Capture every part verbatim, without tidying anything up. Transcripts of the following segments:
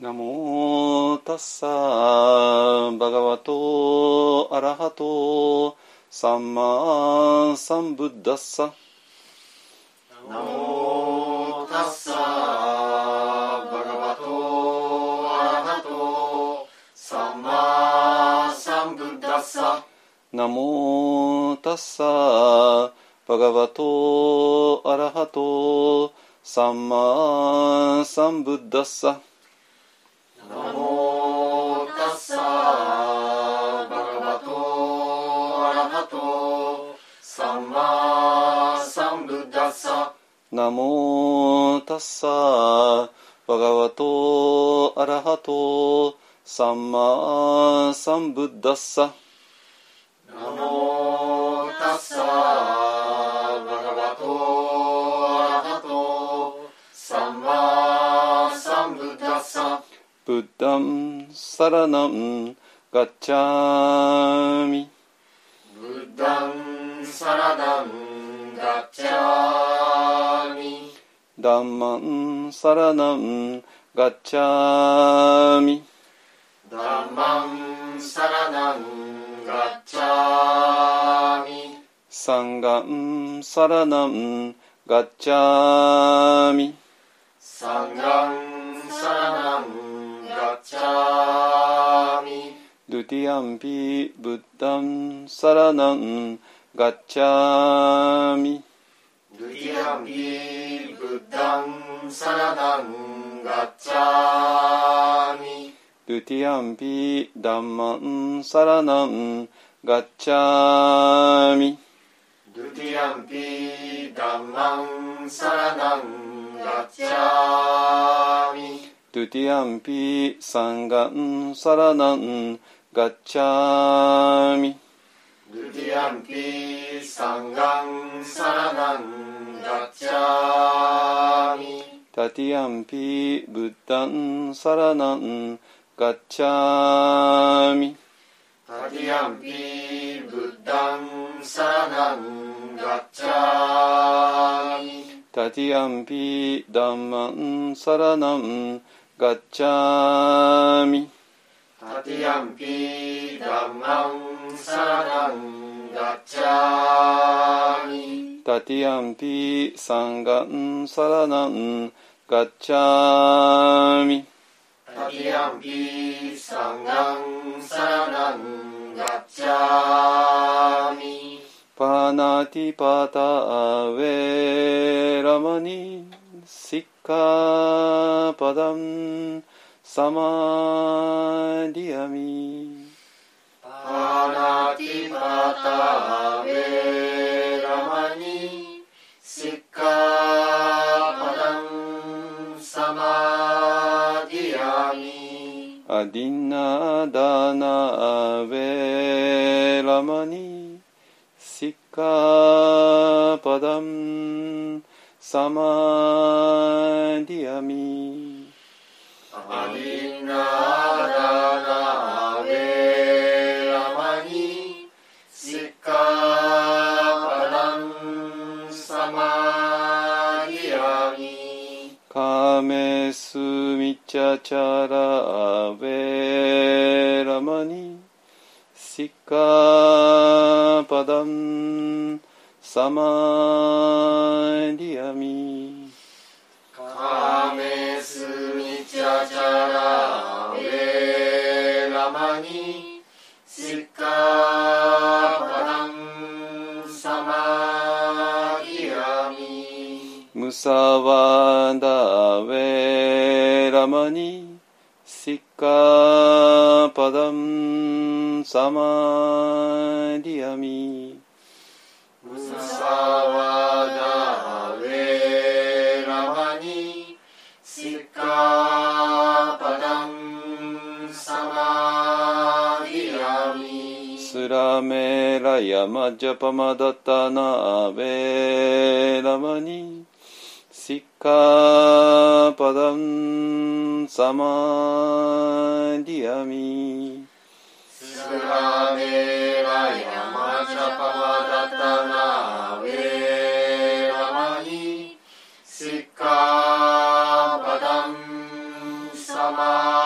ナモタッサーバガワトアラハトサンマサンブッダッサ。 ナモタッサーバガワトアラハトサンマサンブッダッサ。 ナモタッサーバガワトアラハトサンマサンブッダッサ。 ナモタッサーバガワトアラハトサンマサンブッダッサ。 ナモタッサーバガワトアラハトサンマサンブッダッサ。 ナモタッサーバガワトアラハトサンマサンブッダッサ。 ブッダンサラナンガッチャミ。 ブッダンサラダンガッチャミ。 ダンマンサラナンガッチャミ。 ダンマンサラダンガッチャミ。 サンガンサラナンガッチャミ。 サンガンサラダンガッチャミ。 ドゥティアンピブッダンサラナンガッチャミ。 ドゥティアンピブッダンサラダンガッチャミ。 ドゥティアンピダンマンサラナンガッチャミ。 ドゥティアンピダンマンサラダンガッチャミ。 ドゥティアンピサンガンサラナンガッチャミ。 ドゥティアンピサンガンサラダンガッチャミ。 タティアンピブッダンサラナンガッチャミ。 タティアンピブッダンサラダンガッチャミ。 タティアンピダンマンサラナンガッチャミ。 タティアンピダンマンサラダンガッチャミ。 タティアンピサンガンサラナンガッチャミ。 タティアンピサンガンサラダンガッチャミ。 パナティパタウェラマニシッカパダンサマディアミ。 パナティパタウェラマニシッカパダンサマディアミ。 アディナダナウェラマニシッカパダンサマディアミ。 アディナダナウェラマニシッカパダンサマディアミ。 カメスミチャチャラウェラマニシッカパダンサマディアミ。 カメスミチャチャラウェラマニシッカパダンサマディアミ。 ムサワダウェラマニシッカパダンサマディアミ。 ムサワダウェラマニシッカパダンサマディアミ。 スラメラヤマジャパマダタナウェラマニシッカパダンサマディアミ。 スラメラヤマジャパマダタナウェラマニシッカパダンサマ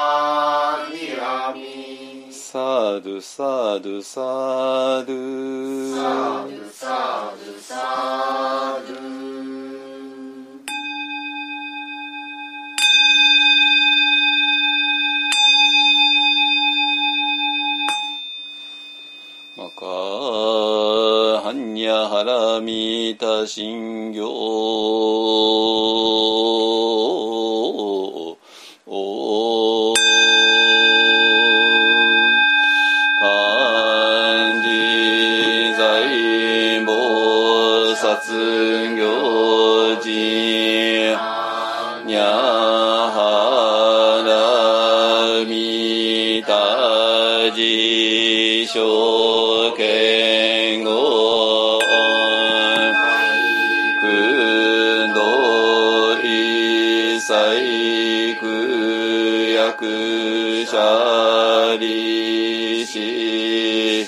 サドゥサドゥサドゥサドゥサドゥマカハンニャハラミタシンギョオ漢字在菩薩行事ニャハラミタジショケンゴクドイサイクヤクシャリシ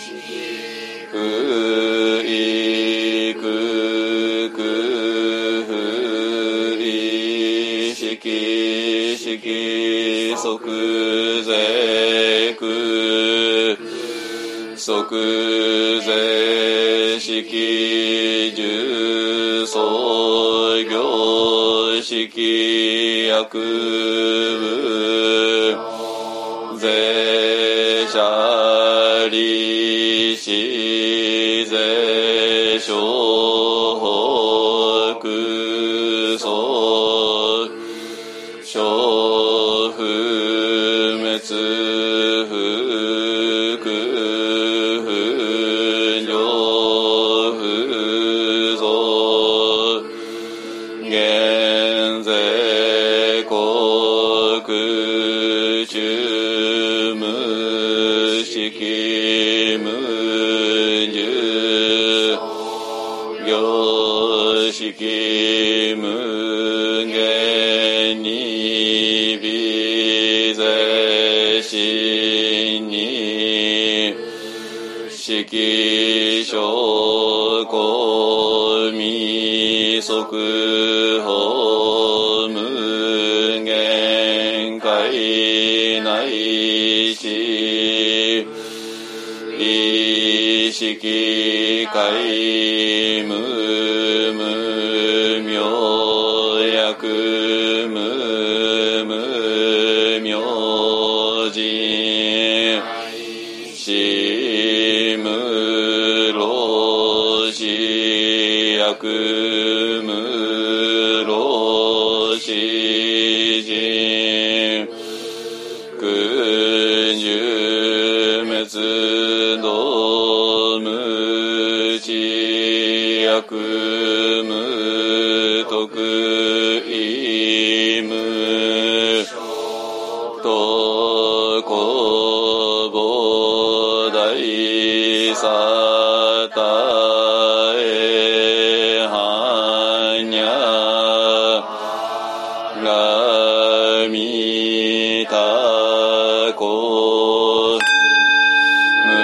フイククフイシキシキ即税ク即税式重創業式薬部税者利子税所北総小不滅不不上不増減税国中無式無重業式無限に微税心に式小公未速報無限界内し意識界無無明薬無無明人し無老死薬無老死人空十滅道無知薬無徳意無とこぼ大サタエハニャラミタコ無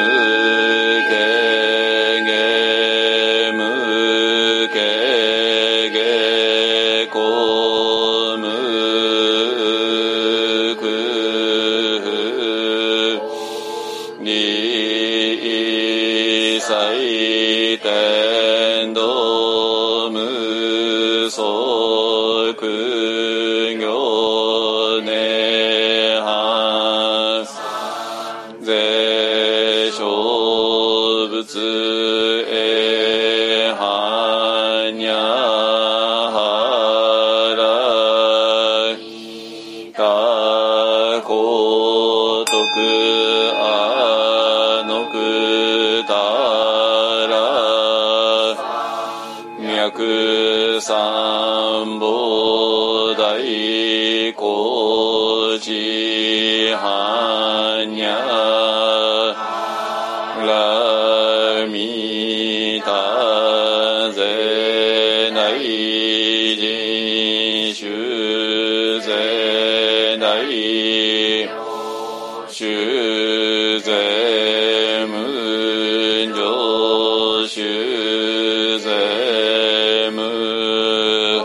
形ゲ無形ゲコ無理祭天道無足行涅槃税小仏へ般若波羅他高徳あのくたら脈三菩提高知般若羅弥陀税内人衆税内衆税無常衆税無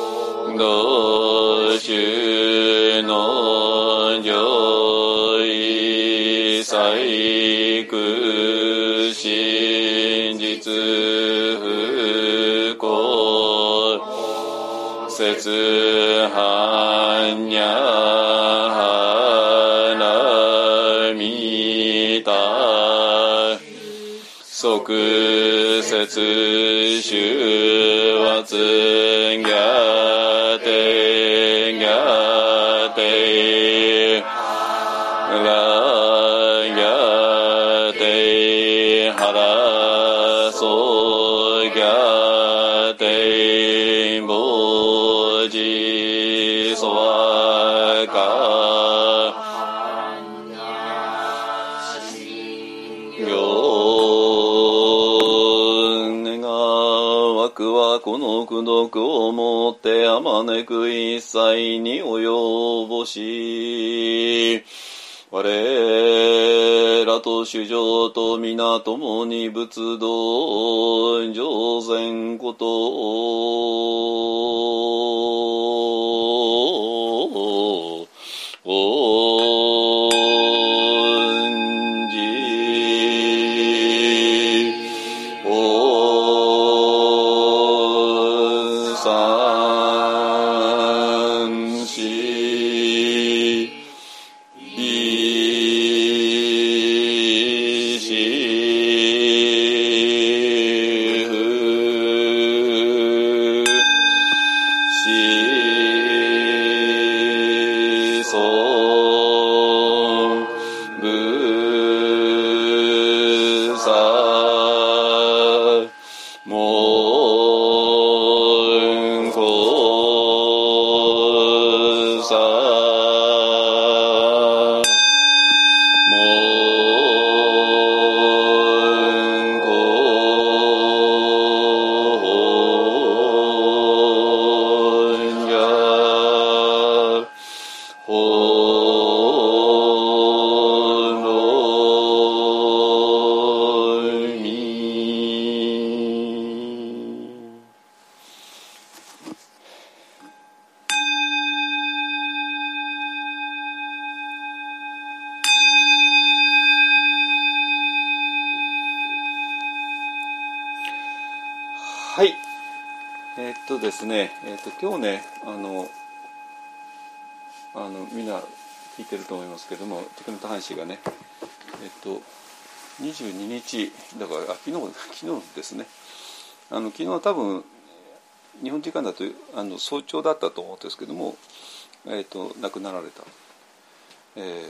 道衆の上位細工真実不公節般若花見た即節修圧逆定逆定ら逆定はらそう逆定ぼじそわか枠はこの功徳をもってあまねく一切に及ぼし我らと主上と皆共に仏道上善ことをはい。えー、っとですね、えー、っと今日ね、あの、あのみんな聞いてると思いますけども、ティクナタハンシがね、えー、っとにじゅうににちだからあ昨日昨日ですね。あの昨日は多分日本時間だとあの早朝だったと思うんですけども、えー、っと亡くなられた。えー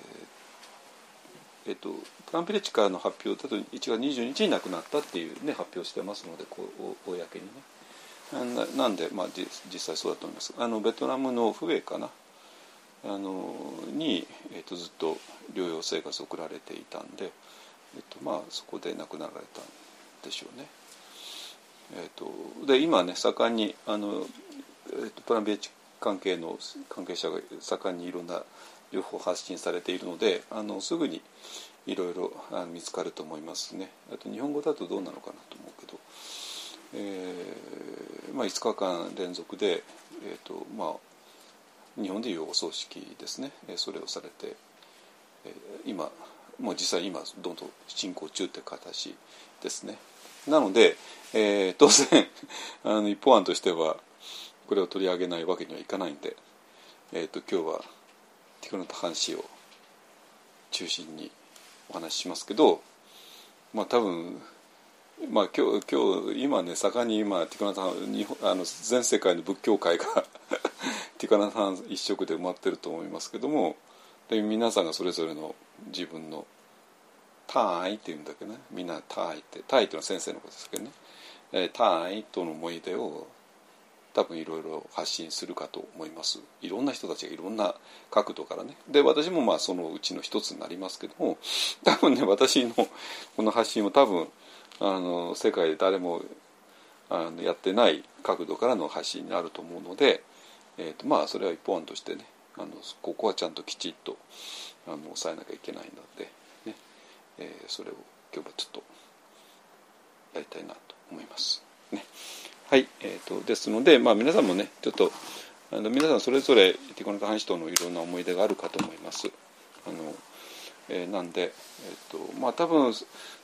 えっと、プランピレチカの発表だといちがつにじゅうににちに亡くなったっていう、ね、発表してますので、こう公にね な, なんで、まあ、実際そうだと思います。あのベトナムのフエかなあのに、えっと、ずっと療養生活を送られていたんで、えっとまあ、そこで亡くなられたんでしょうね。えっと、で今ね盛んにあの、えっと、プランピレチ関係の関係者が盛んにいろんな情報発信されているので、あのすぐにいろいろ見つかると思いますね。あと日本語だとどうなのかなと思うけど、えーまあ、いつかかん連続で、えーとまあ、日本でいうお葬式ですね、それをされて、えー、今もう実際今どんどん進行中って形ですね。なので、えー、当然あの一方案としてはこれを取り上げないわけにはいかないんで、えーと今日はティクナタハンシを中心にお話ししますけど、まあ多分、まあ今日今日今ね盛んに今ティクナタハン日本あの全世界の仏教界がティクナタハン一色で埋まってると思いますけども、で皆さんがそれぞれの自分のターイっていうんだけどね、みんなターイってターイっていうのは先生のことですけどね、えー、ターイとの思い出を多分いろいろ発信するかと思います。いろんな人たちがいろんな角度からね。で私もまあそのうちの一つになりますけども、多分ね私のこの発信も多分あの世界で誰もあのやってない角度からの発信になると思うので、えー、とまあそれは一方案としてね、あのここはちゃんときちっとあの抑えなきゃいけないので、ねえー、それを今日はちょっとやりたいなと思いますね。はい、えー、とですので、まあ、皆さんもねちょっとあの皆さんそれぞれティクナタハンシとのいろんな思い出があるかと思います。あの、えー、なんで、えーとまあ、多分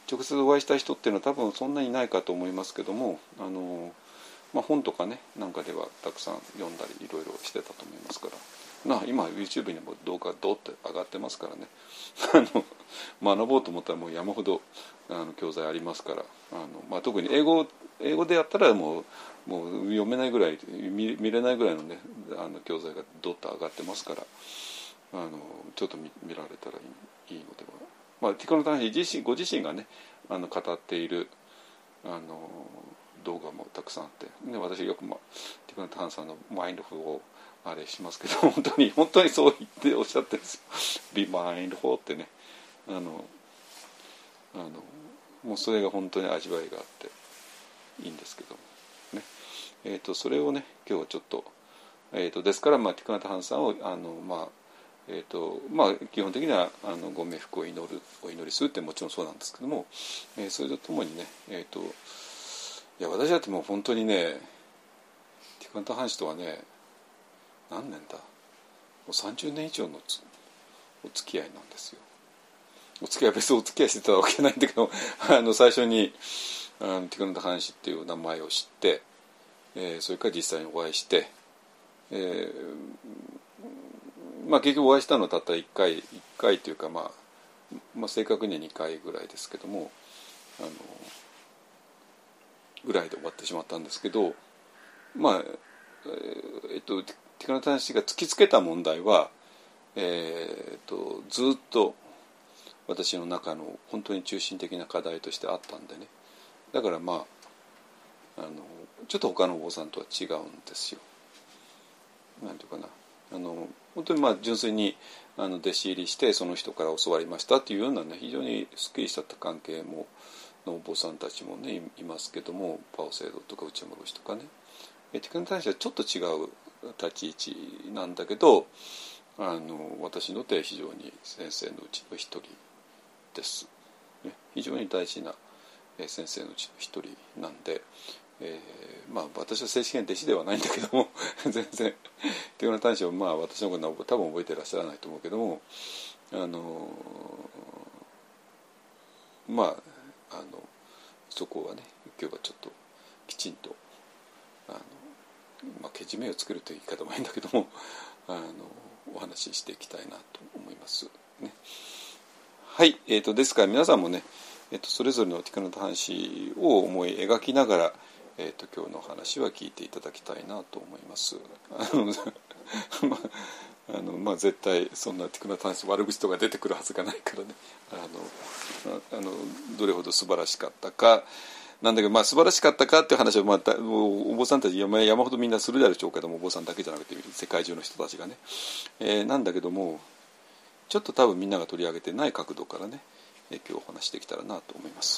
直接お会いした人っていうのは多分そんなにいないかと思いますけども、あの、まあ、本とかねなんかではたくさん読んだりいろいろしてたと思いますから、まあ、今 YouTube にも動画ドーって上がってますからねあの学ぼうと思ったらもう山ほどあの教材ありますから、あの、まあ、特に英語英語でやったらもう、もう読めないぐらい 見, 見れないぐらいのねあの教材がドッと上がってますから、あのちょっと 見, 見られたらいいのでは。まあ、ティカノタン自身ご自身がねあの語っているあの動画もたくさんあって、ね、私よく、まあ、ティカノタンさんのマインドフルをあれしますけど、本当に本当にそう言っておっしゃってるんですよ。Be mindful ってね、あのあのもうそれが本当に味わいがあっていいんですけどもね、えー、とそれをね今日はちょっと、えー、とですから、まあ、ティカノタンさんをあのまあえーとまあ、基本的にはあのご冥福を祈るお祈りするってもちろんそうなんですけども、えー、それとともにね、えー、といや私だってもう本当にねティカノタン氏とはね何年だもうさんじゅうねん以上のお付き合いなんですよ。お付き合いは別にお付き合いしてたわけないんだけどあの最初にあのティカノタン氏っていう名前を知って、えー、それから実際にお会いして、えーまあ、結局お会いしたのはたったいっかいいっかいというか、まあ、まあ正確にはにかいぐらいですけどもあのぐらいで終わってしまったんですけど、まあえっとティカノタン氏が突きつけた問題は、えー、っとずっと私の中の本当に中心的な課題としてあったんでね、だからまああのちょっと他のお坊さんとは違うんですよ。なんていうかな、あの本当にまあ純粋にあの弟子入りしてその人から教わりましたっていうようなね非常にすっきりした関係ものお坊さんたちもねいますけども、パオセイドとか内山氏とかね、ティカノタン氏はちょっと違う立ち位置なんだけど、あの私にとって非常に先生のうちの一人です、ね、非常に大事な先生のうちの一人なんで、えー、まあ私は正式な弟子ではないんだけども全然ティカノタン氏はまあ私のことは多分覚えてらっしゃらないと思うけども、あのまああのそこはね今日はちょっときちんとあの、まあ、けじめをつけるという言い方もいいんだけどもあのお話ししていきたいなと思いますね。はい、えー、とですから皆さんもね、えー、とそれぞれのティカノタン氏を思い描きながら、えー、と今日の話は聞いていただきたいなと思います。あのまああのまあ、絶対そんなティカノタン氏悪口とか出てくるはずがないからね、あのあのどれほど素晴らしかったかなんだけど、まあ、素晴らしかったかっていう話は、まあ、お坊さんたち山山ほどみんなするでしょうけども、お坊さんだけじゃなくて世界中の人たちがね、えー、なんだけどもちょっと多分みんなが取り上げてない角度からね、えー、今日お話してきたらなと思います。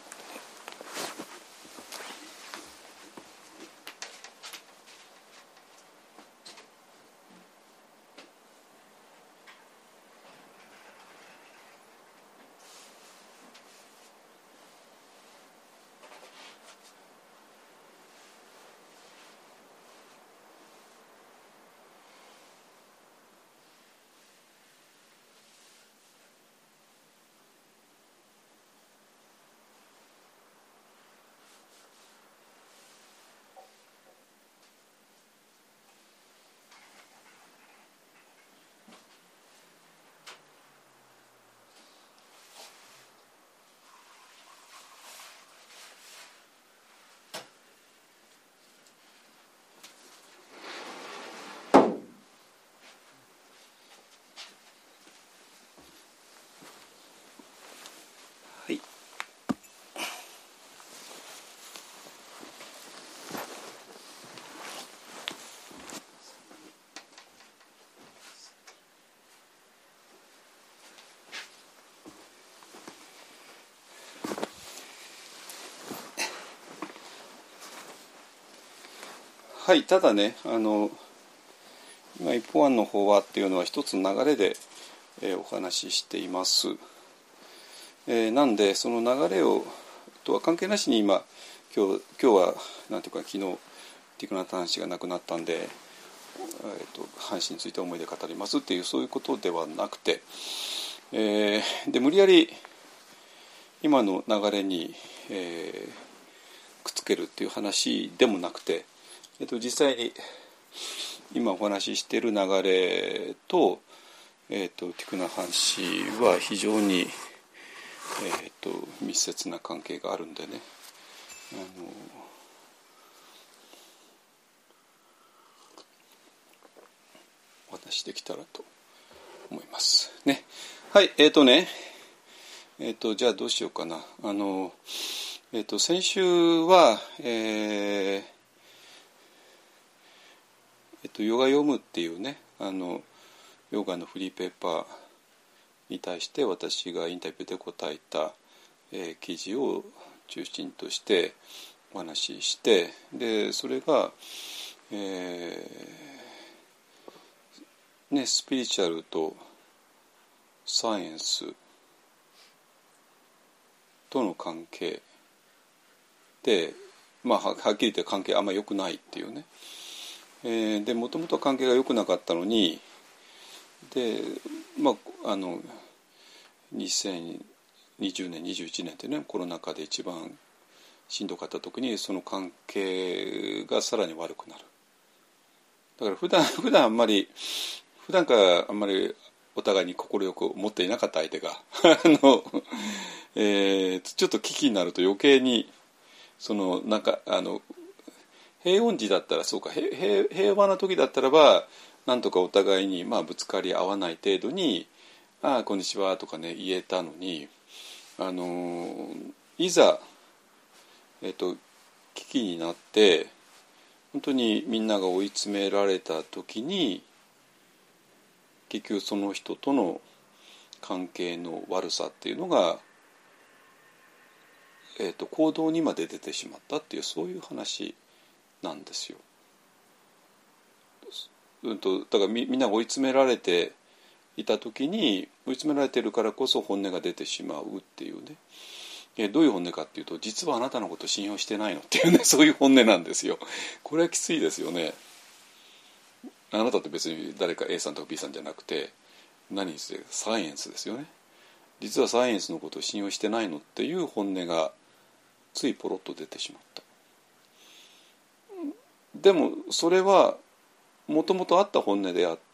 はい、ただね、あの今一方案の方はっていうのは一つの流れで、えー、お話ししています。えー、なんでその流れをとは関係なしに今今日今日はなんていうか昨日ティカノタン氏が亡くなったんで、えー、と阪神について思い出語りますっていうそういうことではなくて、えー、で無理やり、 今の流れに、えー、くっつけるっていう話でもなくて、えっと、実際に今お話ししている流れと、えっと、ティクナハン氏は非常に、えっと、密接な関係があるんでね、あのお話しできたらと思いますね。はい、えっ、ー、とね、えっ、ー、とじゃあどうしようかな。あのえっ、ー、と先週は、えー、えっとヨガ読むっていうね、あのヨガのフリーペーパーに対して私がインタビューで答えた、えー、記事を中心としてお話しして、でそれが、えーね、スピリチュアルとサイエンスとの関係で、まあ、はっきり言って関係あんまり良くないっていうね、えー、でもともと関係が良くなかったのに、で、まあ、あのにせんにじゅうねんにじゅういちねんってね、コロナ禍で一番しんどかった時にその関係がさらに悪くなる。だから普段普段あんまり普段からあんまりお互いに快く思っていなかった相手があの、えー、ちょっと危機になると余計にそのなんかあの平穏時だったらそうか、平、平和な時だったらばなんとかお互いにまあぶつかり合わない程度に「ああこんにちは」とかね言えたのに、あのいざ、えっと、危機になって本当にみんなが追い詰められた時に結局その人との関係の悪さっていうのが、えーと、行動にまで出てしまったっていうそういう話なんですよ。うんと、だから み, みんなが追い詰められていた時に追い詰められているからこそ本音が出てしまうっていうね。えどういう本音かっていうと、実はあなたのことを信用してないのっていうね、そういう本音なんですよ。これはきついですよね。あなたって別に誰か A さんとか B さんじゃなくて何せサイエンスですよね。実はサイエンスのことを信用してないのっていう本音がついポロッと出てしまった。でもそれはもともとあった本音であって、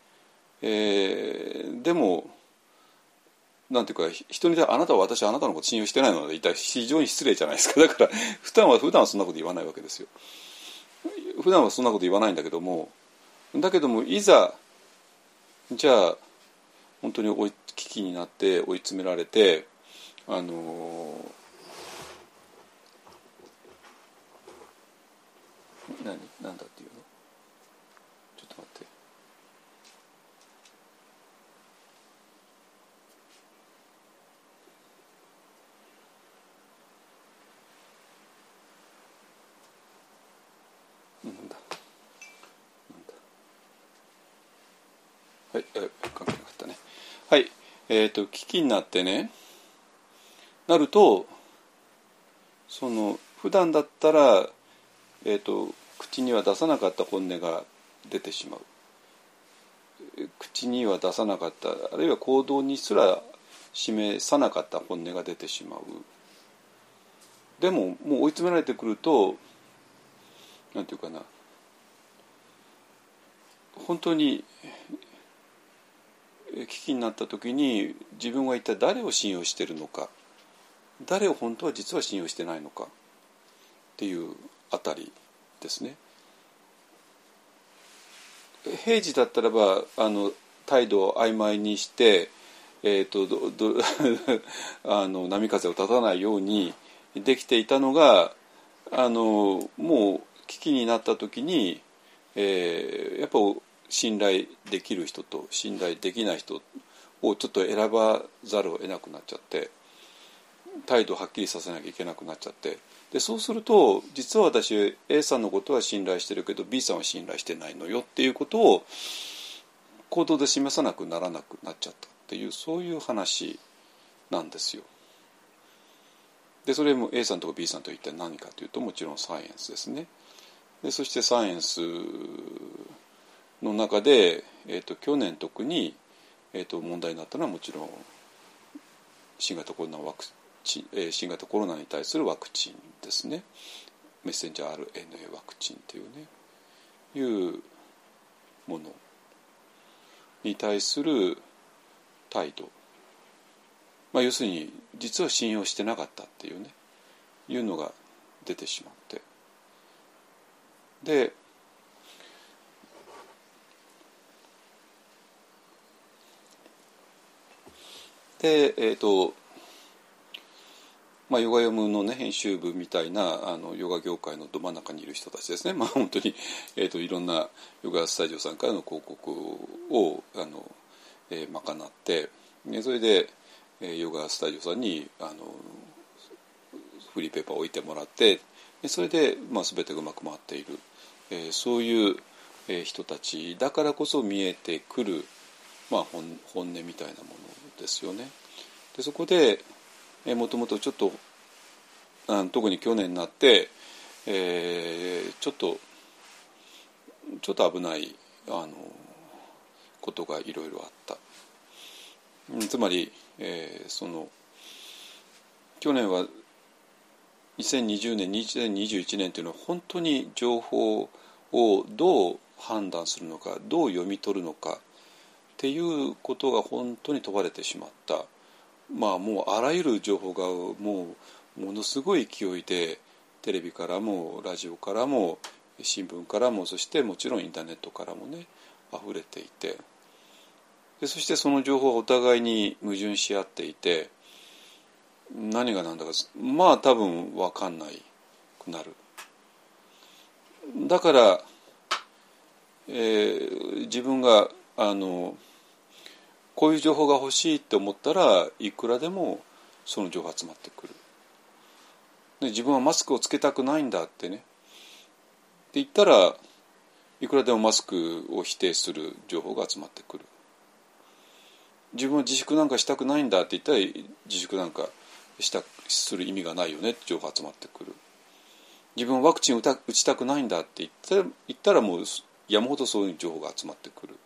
えー、でもなんていうか人にあなたは私はあなたのこと信用してないので言ったら非常に失礼じゃないですか。だから普段は普段はそんなこと言わないわけですよ。普段はそんなこと言わないんだけどもだけどもいざじゃあ本当に追い危機になって追い詰められてあの何なんだっていうのちょっと待ってなんだなんだはい、え関係なかったね。はい、えっと危機になってねなるとその普段だったらえーと、口には出さなかった本音が出てしまう。口には出さなかったあるいは行動にすら示さなかった本音が出てしまう。でももう追い詰められてくるとなんていうかな本当に危機になった時に自分は一体誰を信用しているのか誰を本当は実は信用してないのかっていうあたりですね。平時だったらばあの態度を曖昧にして、えー、とどどあの波風を立たないようにできていたのがあのもう危機になった時に、えー、やっぱ信頼できる人と信頼できない人をちょっと選ばざるを得なくなっちゃって態度をはっきりさせなきゃいけなくなっちゃってでそうすると実は私 A さんのことは信頼してるけど B さんは信頼してないのよっていうことを行動で示さなくならなくなっちゃったっていうそういう話なんですよ。でそれも A さんとか B さんと一体何かというともちろんサイエンスですね。でそしてサイエンスの中で、えー、と去年特に、えー、と問題になったのはもちろん新型コロナワクチン、えー、新型コロナに対するワクチンですね。メッセンジャー アールエヌエー ワクチンっていうねいうものに対する態度、まあ、要するに実は信用してなかったっていうねいうのが出てしまって、ででえっ、ー、とまあヨガヨムのね編集部みたいなあのヨガ業界のど真ん中にいる人たちですね。まあ本当にえっ、ー、といろんなヨガスタジオさんからの広告をあの、えー、賄って、それで、えー、ヨガスタジオさんにあのフリーペーパーを置いてもらって、それで、まあ、全てがうまく回っている、えー、そういう、えー、人たちだからこそ見えてくる、まあ、本, 本音みたいなものですよね。でそこで、えー、もともとちょっとあの特に去年になって、えー、ちょっとちょっと危ないあのことがいろいろあった。つまり、えー、その去年はにせんにじゅうねんにせんにじゅういちねんというのは本当に情報をどう判断するのか、どう読み取るのかっていうことが本当に問われてしまった。まあもうあらゆる情報がもうものすごい勢いでテレビからもラジオからも新聞からも、そしてもちろんインターネットからもね溢れていて、でそしてその情報がお互いに矛盾し合っていて、何が何だかまあ多分分かんないくなる。だから、えー、自分があのこういう情報が欲しいって思ったらいくらでもその情報が集まってくる。で自分はマスクをつけたくないんだってねって言ったらいくらでもマスクを否定する情報が集まってくる。自分は自粛なんかしたくないんだって言ったら自粛なんかしたする意味がないよねって情報が集まってくる。自分はワクチンを打ちたくないんだって言ったら、言ったらもう山ほどそういう情報が集まってくる。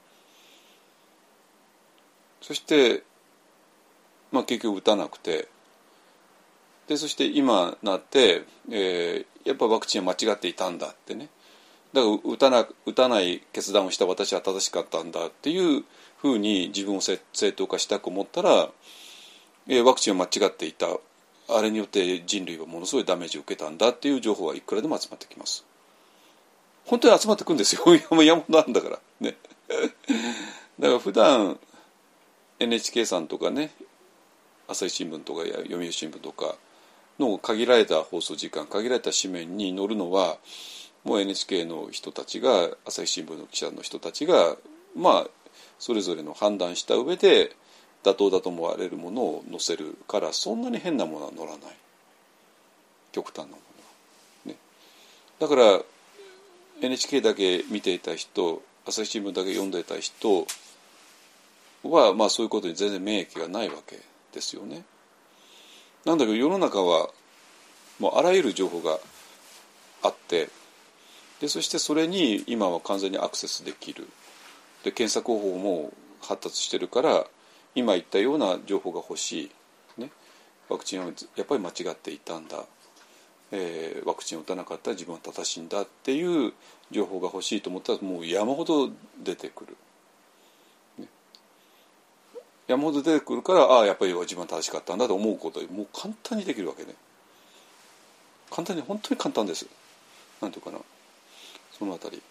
そして、まあ、結局打たなくて、でそして今なって、えー、やっぱワクチンは間違っていたんだってね、だから打たな、打たない決断をした私は正しかったんだっていうふうに自分を正当化したく思ったら、えー、ワクチンは間違っていた、あれによって人類はものすごいダメージを受けたんだっていう情報はいくらでも集まってきます。本当に集まってくるんですよ。山ほどあるんだからね。だから普段 エヌエイチケー さんとかね、朝日新聞とかや読売新聞とかの限られた放送時間、限られた紙面に載るのはもう エヌエイチケー の人たちが、朝日新聞の記者の人たちがまあそれぞれの判断した上で妥当だと思われるものを載せるから、そんなに変なものは載らない。極端なものは、ね、だから エヌエイチケー だけ見ていた人、朝日新聞だけ読んでいた人は、まあ、そういうことに全然免疫がないわけですよね。なんだけど世の中はもうあらゆる情報があって、でそしてそれに今は完全にアクセスできる。で検索方法も発達してるから、今言ったような情報が欲しい、ね、ワクチンはやっぱり間違っていたんだ、えー、ワクチンを打たなかったら自分は正しいんだっていう情報が欲しいと思ったらもう山ほど出てくる、ね、山ほど出てくるから、ああやっぱり自分は正しかったんだと思うこともう簡単にできるわけね。簡単に、本当に簡単です。なんていうかな、そのあたり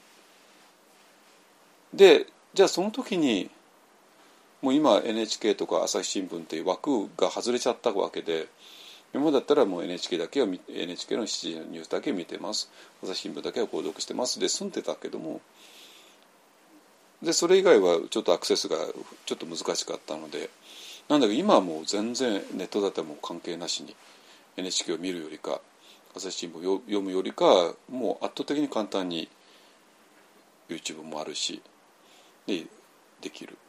で、じゃあその時にもう今 エヌエイチケー とか朝日新聞っていう枠が外れちゃったわけで、今だったらもう エヌエイチケー だけは エヌエイチケー のしちじのニュースだけ見てます、朝日新聞だけは購読してますで済んでたけども、でそれ以外はちょっとアクセスがちょっと難しかったので、なんだけど今はもう全然ネットだったらもう関係なしに エヌエイチケー を見るよりか朝日新聞を読むよりかもう圧倒的に簡単に YouTube もあるしでできる。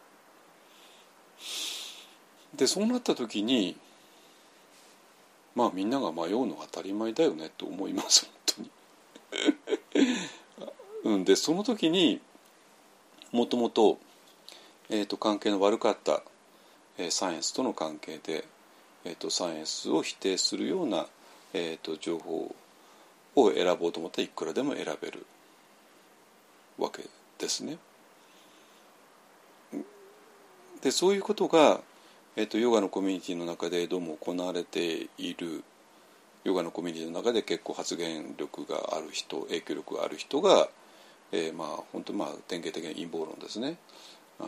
でそうなった時にまあみんなが迷うのが当たり前だよねと思います本当に、うん、でその時にもともと関係の悪かった、えー、サイエンスとの関係で、 えー、とサイエンスを否定するような、えー、と情報を選ぼうと思ったらいくらでも選べるわけですね。でそういうことが、えー、とヨガのコミュニティの中でどうも行われている。ヨガのコミュニティの中で結構発言力がある人、影響力がある人が、えー、まあ本当まあ典型的な陰謀論ですね、あ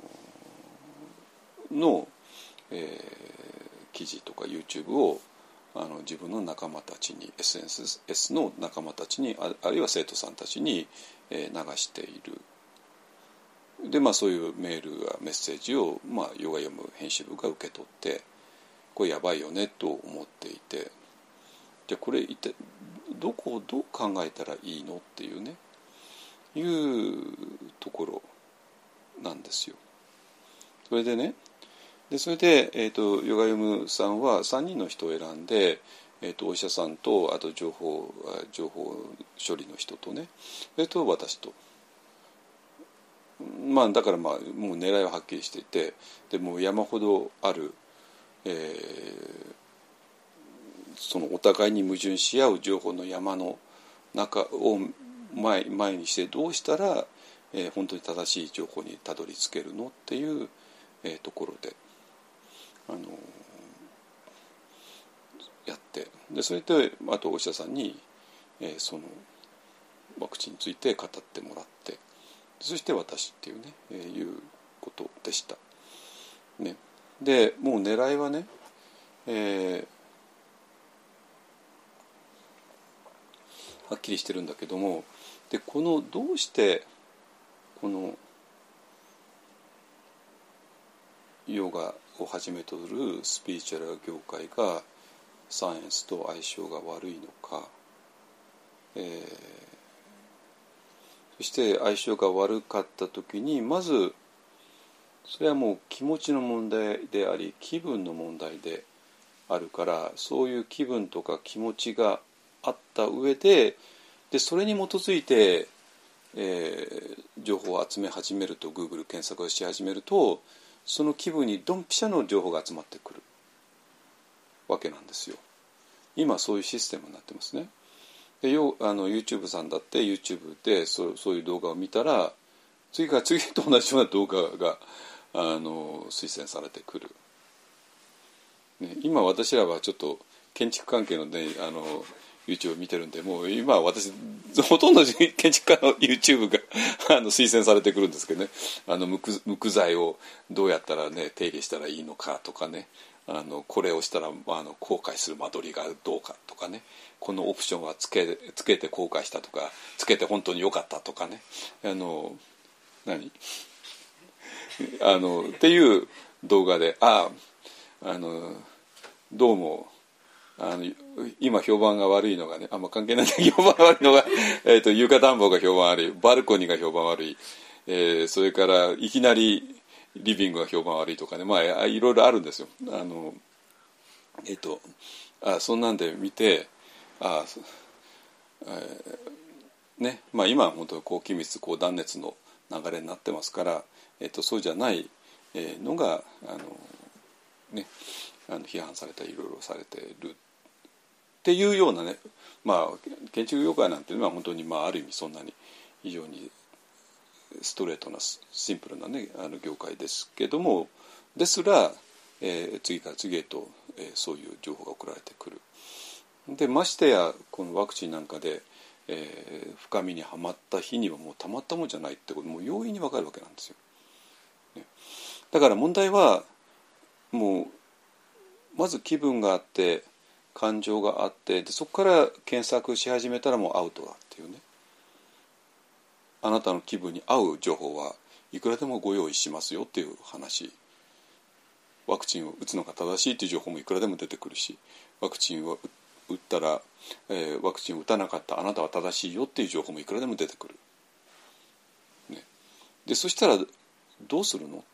のの、えー、記事とか YouTube をあの自分の仲間たちに エスエヌエス の仲間たちに あ, あるいは生徒さんたちに、えー、流している。でまあそういうメールやメッセージを、まあ、ヨガ読む編集部が受け取ってこれやばいよねと思っていて、じゃあこれ一体どこをどう考えたらいいのっていうねいうところなんですよ。それでねでそれで、えーと、ヨガヨムさんはさんにんの人を選んで、えーと、お医者さんとあと情報情報処理の人とねそれと私とまあだからまあもう狙いははっきりしていてでもう山ほどある、えーそのお互いに矛盾し合う情報の山の中を 前, 前にしてどうしたら、えー、本当に正しい情報にたどり着けるのっていう、えー、ところで、あのー、やってでそれであとお医者さんに、えー、そのワクチンについて語ってもらってそして私っていうね、えー、いうことでした。ね、でもう狙いはね、えーはっきりしてるんだけどもでこのどうしてこのヨガをはじめとするスピリチュアル業界がサイエンスと相性が悪いのか、えー、そして相性が悪かった時にまずそれはもう気持ちの問題であり気分の問題であるからそういう気分とか気持ちがあった上で、でそれに基づいて、えー、情報を集め始めると Google 検索をし始めるとその気分にドンピシャの情報が集まってくるわけなんですよ。今そういうシステムになってますね。でよあの YouTube さんだって YouTube でそ う, そういう動画を見たら次から次へと同じような動画があの推薦されてくる、ね、今私らはちょっと建築関係の、ね、あの YouTube を見てるんでもう今私ほとんど建築家の YouTube があの推薦されてくるんですけどね、あの 無, 無垢材をどうやったらね手入れしたらいいのかとかね、あのこれをしたらあの後悔する間取りがどうかとかね、このオプションはつけ、つけて後悔したとかつけて本当に良かったとかね、あの何あのっていう動画でああのどうもあの今評判が悪いのがねあんま関係ないんだけど評判が悪いのが、えーと、床暖房が評判悪い、バルコニーが評判悪い、えー、それからいきなりリビングが評判悪いとかね、まあいろいろあるんですよ。あのえっ、ー、とあそんなんで見てあ、えー、ねまあ今は本当に高気密高断熱の流れになってますから、えーと、そうじゃないのがあのねあの批判されたりいろいろされているっていうようなね、まあ建築業界なんていうのは本当にまあある意味そんなに非常にストレートなシンプルなねあの業界ですけどもですら、えー、次から次へと、えー、そういう情報が送られてくる。でましてやこのワクチンなんかで、えー、深みにはまった日にはもうたまったもんじゃないってこともう容易にわかるわけなんですよ、ね、だから問題はもうまず気分があって感情があってでそこから検索し始めたらもうアウトだっていうね、あなたの気分に合う情報はいくらでもご用意しますよっていう話。ワクチンを打つのが正しいという情報もいくらでも出てくるし、ワクチンを打ったら、えー、ワクチンを打たなかったあなたは正しいよっていう情報もいくらでも出てくる、ね、でそしたらどうするの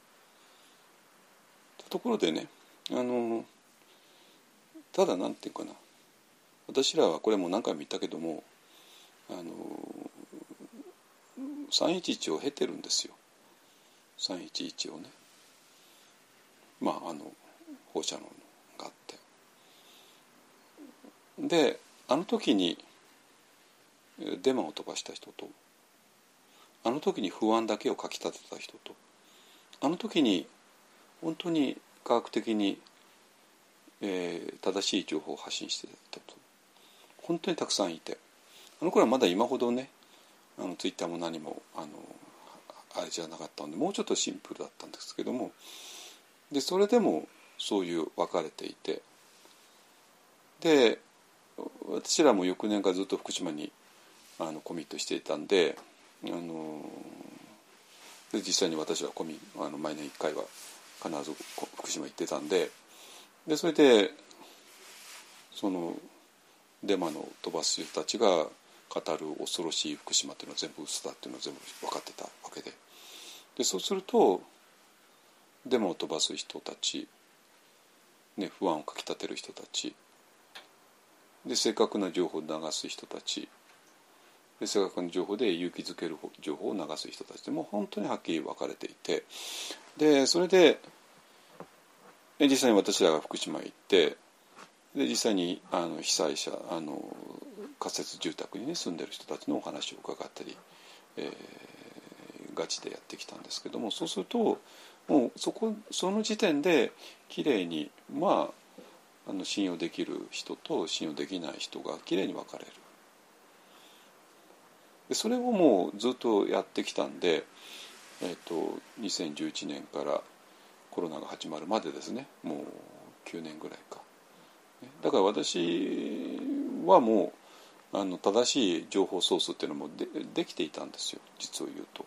ところでね、あのただなんていうかな、私らはこれも何回も言ったけどもあのさんいちいちを経てるんですよ。さんいちいちをね、まああの放射能のであの時にデマを飛ばした人と、あの時に不安だけをかきたてた人と、あの時に本当に科学的に、えー、正しい情報を発信してたと、本当にたくさんいて、あの頃はまだ今ほどね、あのツイッターも何もあのあれじゃなかったので、もうちょっとシンプルだったんですけども、でそれでもそういう分かれていて、で私らも翌年からずっと福島にあのコミットしていたんで、あので実際に私はコミあの毎年いっかいは必ず福島行ってたんで、でそれでそのデマの飛ばす人たちが語る恐ろしい福島っていうのは全部嘘だっていうのは全部分かってたわけで、でそうするとデマを飛ばす人たち、ね、不安をかきたてる人たちで、正確な情報を流す人たちで、正確な情報で勇気づける情報を流す人たちでもう本当にはっきり分かれていて、でそれで実際に私らが福島へ行って、で実際にあの被災者あの仮設住宅に、ね、住んでる人たちのお話を伺ったり、えー、ガチでやってきたんですけども、そうするともうそこその時点できれいに、まあ、あの信用できる人と信用できない人がきれいに分かれる。でそれをもうずっとやってきたんで、えーと、にせんじゅういちねんからコロナが始まるまでですね、もうきゅうねんぐらいか。だから私はもうあの正しい情報ソースっていうのも で, できていたんですよ、実を言うと。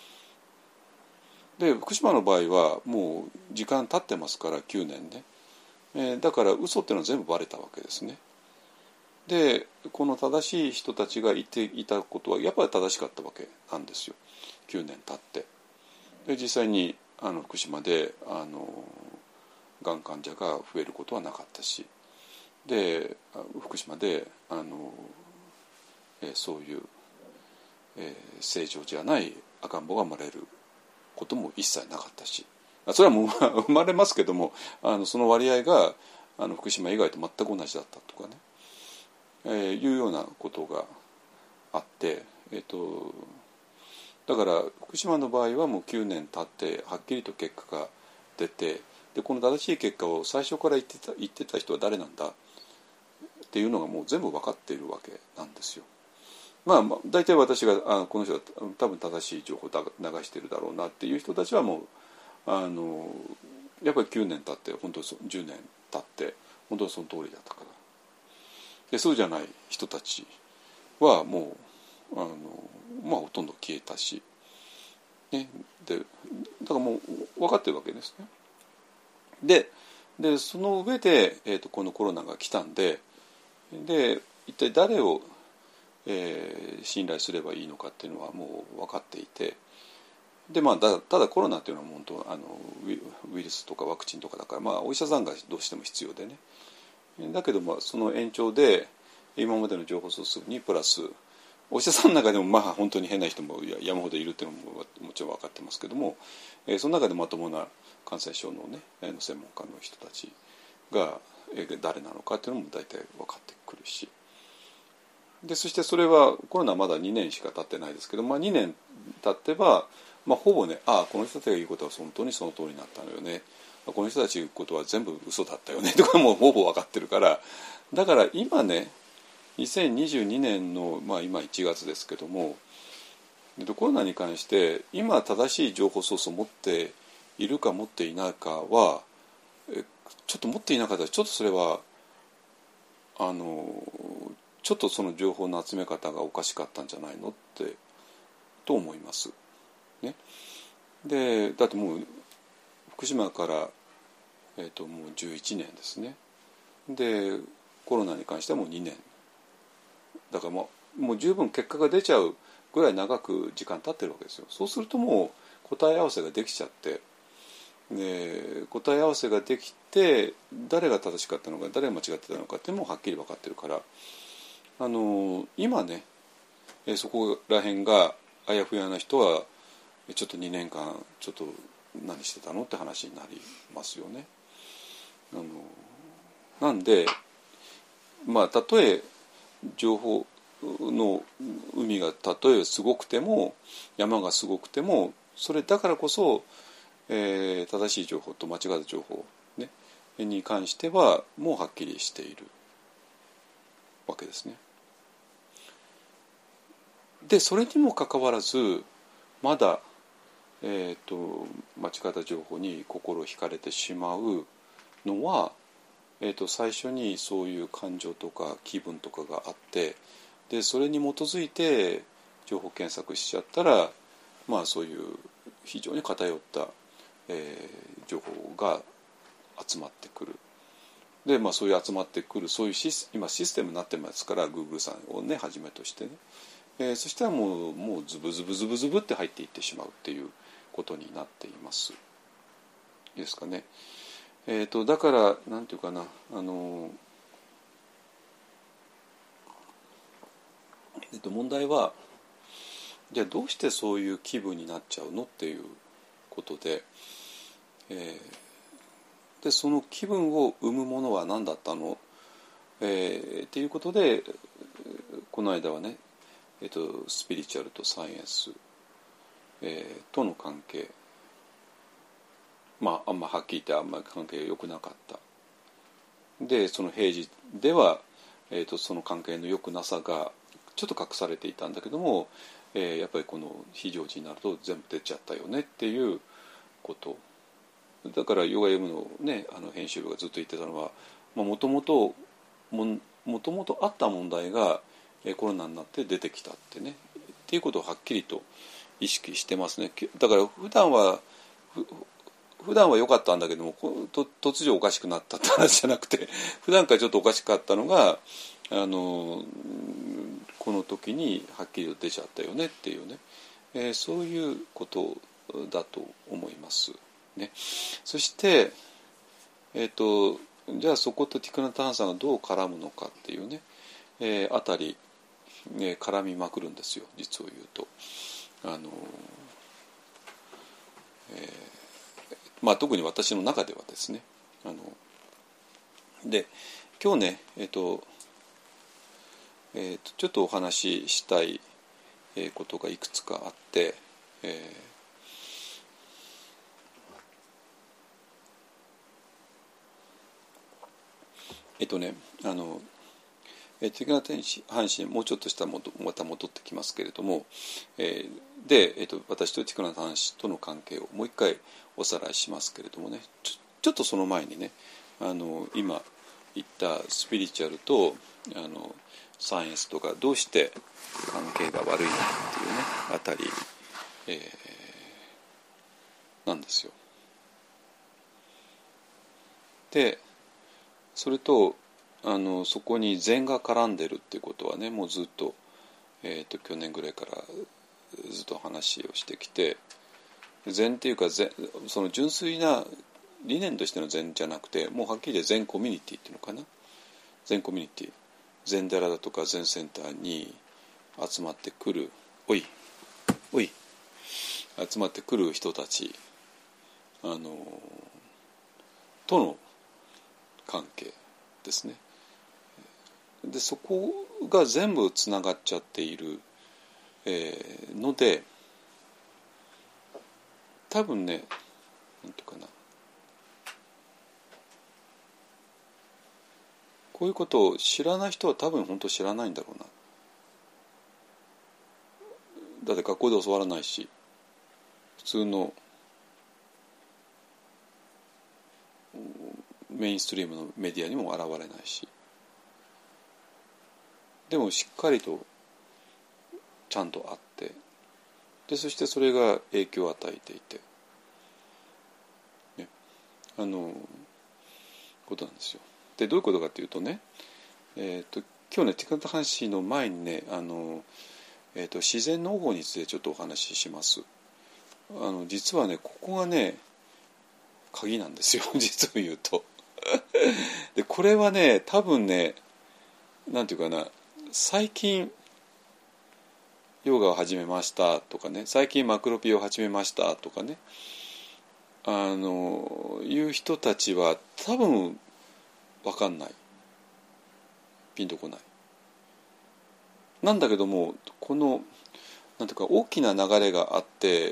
で福島の場合はもう時間経ってますからきゅうねんね、えー、だから嘘っていうのは全部バレたわけですね。でこの正しい人たちが言っていたことはやっぱり正しかったわけなんですよ、きゅうねん経って。で実際にあの福島であのがん患者が増えることはなかったし、で福島であの、えー、そういう、えー、正常じゃない赤ん坊が生まれることも一切なかったし、それはもう生まれますけども、あのその割合があの福島以外と全く同じだったとかね、えー、いうようなことがあって、えーと、だから福島の場合はもうきゅうねん経ってはっきりと結果が出て、でこの正しい結果を最初から言ってた、言ってた人は誰なんだっていうのがもう全部分かっているわけなんですよ。まあ大体私があこの人は多分正しい情報を流しているだろうなっていう人たちはもうあのやっぱりきゅうねん経って本当にじゅうねん経って本当にその通りだったから、でそうじゃない人たちはもうあのまあほとんど消えたし、ね、でだからもう分かってるわけですね。ででその上で、えーと、このコロナが来たんで、で一体誰を、えー、信頼すればいいのかっていうのはもう分かっていて、で、まあ、だただコロナっていうのは本当あのウイルスとかワクチンとかだから、まあ、お医者さんがどうしても必要でね、だけどまあその延長で今までの情報ソースにプラスお医者さんの中でもまあ本当に変な人も山ほどいるっていうのももちろん分かってますけども、えー、その中でまともな感染症のね専門家の人たちが誰なのかっていうのも大体分かってくるし、でそしてそれはコロナまだにねんしか経ってないですけど、まあ、にねん経ってば、まあ、ほぼね、ああこの人たちが言うことは本当にその通りになったのよね、この人たちが言うことは全部嘘だったよねとかもうほぼ分かってるから、だから今ねにせんにじゅうにねんの、まあ、今いちがつですけども、コロナに関して今正しい情報ソースを持っているか持っていないかはちょっと持っていなかったらちょっとそれはあのちょっとその情報の集め方がおかしかったんじゃないのってと思います、ね、でだってもう福島から、えー、ともうじゅういちねんですね。でコロナに関してはもうにねんだからもう、もう十分結果が出ちゃうぐらい長く時間経ってるわけですよ。そうするともう答え合わせができちゃって、で答え合わせができて誰が正しかったのか誰が間違ってたのかっていうのもはっきり分かってるから、あの今ねそこら辺があやふやな人はちょっとにねんかんちょっと何してたのって話になりますよね。あのなんでまあたとえ情報の海がたとえすごくても山がすごくてもそれだからこそ、えー、正しい情報と間違った情報、ね、に関してはもうはっきりしているわけですね。でそれにもかかわらずまだ、えー、と間違った情報に心惹かれてしまうのは、えー、と最初にそういう感情とか気分とかがあってでそれに基づいて情報検索しちゃったらまあそういう非常に偏った、えー、情報が集まってくる。で、まあ、そういう集まってくるそういうシス今システムになってますから Google さんをねはじめとしてね、えー、そしたらもうもうズブズブズブズブって入っていってしまうっていうことになっています。いいですかね。えー、とだからなんていうかなあの、えー、と問題はじゃあどうしてそういう気分になっちゃうのっていうことで、えー、でその気分を生むものは何だったの、えー、っていうことでこの間はね、えー、とスピリチュアルとサイエンス、えー、との関係まああんまはっきり言ってあんまり関係が良くなかった。でその平時では、えー、とその関係の良くなさがちょっと隠されていたんだけども、えー、やっぱりこの非常時になると全部出ちゃったよねっていうことだからヨガ M のねあの編集部がずっと言ってたのはもともともともとあった問題が、えー、コロナになって出てきたってねっていうことをはっきりと意識してますね。だから普段は普段は良かったんだけどもと突如おかしくなったって話じゃなくて普段からちょっとおかしかったのがあのこの時にはっきりと出ちゃったよねっていうね、えー、そういうことだと思いますね。そして、えーと、じゃあそことティクナタハンさんがどう絡むのかっていうね、えー、あたり、ね、絡みまくるんですよ実を言うと。あの、えーまあ、特に私の中ではですねあので今日ねえっ、ー、と,、えー、とちょっとお話ししたいことがいくつかあって、えー、えっとねあのティクナタハン氏にもうちょっとしたらまた戻ってきますけれども、えー、で、えー、と私とティクナタハン氏との関係をもう一回おさらいしますけれどもね ちょ, ちょっとその前にねあの今言ったスピリチュアルとあのサイエンスとかどうして関係が悪いのかっていうねあたり、えー、なんですよ。でそれとあのそこに禅が絡んでるっていうことはねもうずっと、えー、と去年ぐらいからずっと話をしてきて禅っていうか禅その純粋な理念としての禅じゃなくてもうはっきり言って禅コミュニティっていうのかな禅コミュニティ禅寺だとか禅センターに集まってくるおいおい集まってくる人たちあのとの関係ですね。でそこが全部つながっちゃっている、えー、ので多分ねなんていうかなこういうことを知らない人は多分本当知らないんだろうな。だって学校で教わらないし普通のメインストリームのメディアにも現れないしでもしっかりとちゃんとあってでそしてそれが影響を与えていて、ね、あのことなんですよ。でどういうことかというとね、えー、と今日ねティクナタハン氏の前にねあの、えー、と自然農法についてちょっとお話しします。あの実はねここがね鍵なんですよ実を言うとでこれはね多分ねなんていうかな最近ヨガを始めましたとかね最近マクロピを始めましたとかねあのいう人たちは多分分かんないピンとこない。なんだけどもこのなんていうか大きな流れがあって、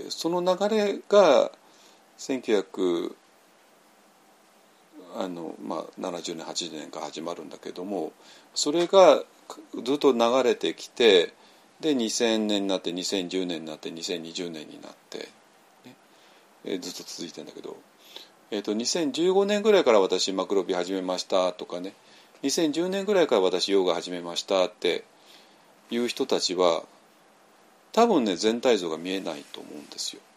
その流れがせんきゅうひゃくあの、まあ、ななじゅうねんはちじゅうねんから始まるんだけども、それがずっと流れてきて、でにせんねんになってにせんじゅうねんになってにせんにじゅうねんになって、ねえー、ずっと続いてるんだけど、えー、とにせんじゅうごねんぐらいから私マクロビ始めましたとかね、にせんじゅうねんぐらいから私ヨガ始めましたっていう人たちは多分ね全体像が見えないと思うんですよ。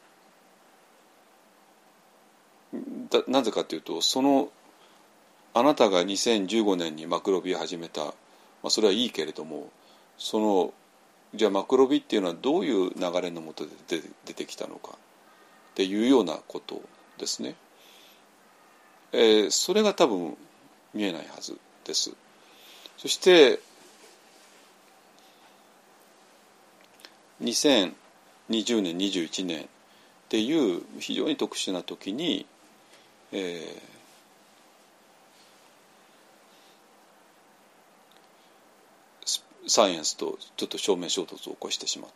だなぜかというと、そのあなたがにせんじゅうごねんにマクロビを始めた、まあ、それはいいけれども、そのじゃあマクロビっていうのはどういう流れのもとで出て、出てきたのかっていうようなことですね。えー、それが多分見えないはずです。そしてにせんにじゅうねんにじゅういちねんっていう非常に特殊な時に、えー、サイエンスとちょっと正面衝突を起こしてしまった。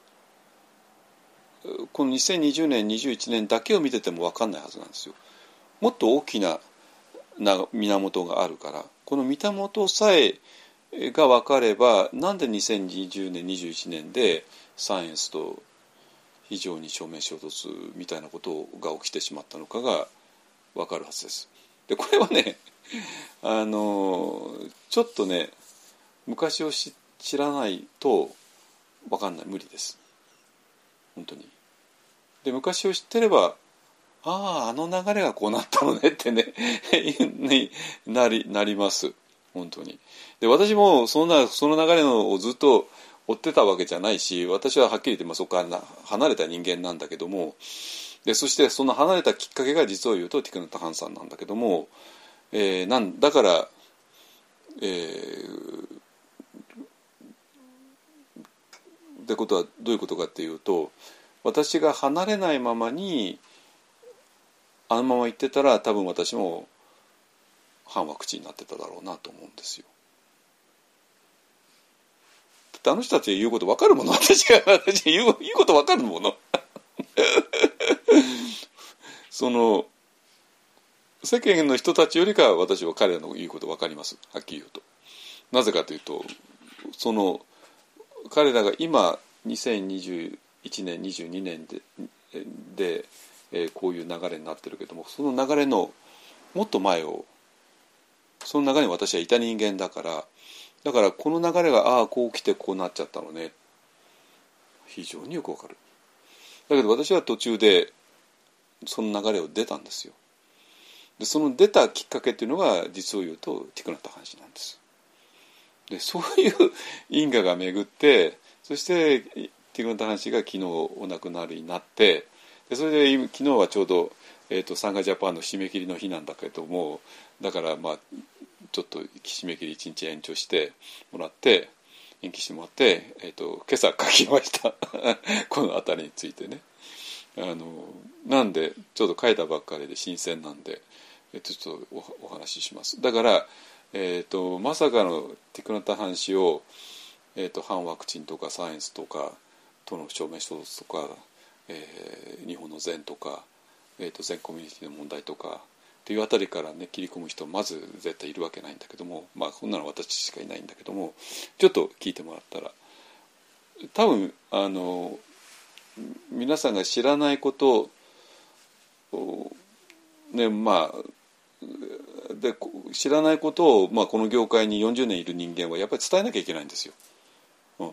このにせんにじゅうねんにじゅういちねんだけを見てても分かんないはずなんですよ。もっと大きな源があるから、この源さえが分かれば、なんでにせんにじゅうねんにじゅういちねんでサイエンスと非常に正面衝突みたいなことが起きてしまったのかが分かるはずです。でこれはねあのちょっとね昔を知らないと分かんない、無理です本当に。で昔を知ってれば、あああの流れがこうなったのねってねになりなります本当に。で私もそのその流れのをずっと追ってたわけじゃないし、私ははっきり言って、まあ、そこから離れた人間なんだけども、でそしてその離れたきっかけが実を言うとティクナタ・ハンさんなんだけども、えー、なんだから、えー、ってことはどういうことかっていうと、私が離れないままにあのまま言ってたら多分私も反ワクチンになってただろうなと思うんですよ。だってあの人たち言うこと分かるもの、私が私言う言うこと分かるものその世間の人たちよりか私は彼らの言うこと分かります、はっきり言うと。なぜかというと、その彼らが今にせんにじゅういちねんにじゅうにねんで、で、えー、こういう流れになってるけども、その流れのもっと前を、その流れに私はいた人間だから、だからこの流れがああこう来てこうなっちゃったのね、非常によくわかる。だけど私は途中でその流れを出たんですよ。でその出たきっかけっていうのが実を言うとティクナタ・ハン氏なんです。でそういう因果が巡って、そしてティクナタ・ハン氏が昨日お亡くなりになって、でそれで昨日はちょうど、えーと、サンガジャパンの締め切りの日なんだけども、だからまあちょっと締め切りいちにち延長してもらって延期してもらって、えーと、今朝書きましたこの辺りについてね。あのなんでちょっと書いたばっかりで新鮮なんで、えー、ちょっと お, お話しします。だから、えーと、まさかのティクナタ・ハン氏を、えーと、反ワクチンとかサイエンスとかとの証明衝突とか、えー、日本の禅とか、えーと、禅コミュニティの問題とかっていうあたりからね切り込む人まず絶対いるわけないんだけども、まあこんなの私しかいないんだけども、ちょっと聞いてもらったら多分あの皆さんが知らないことをね、まあで知らないことを、まあ、この業界によんじゅうねんいる人間はやっぱり伝えなきゃいけないんですよ、うん、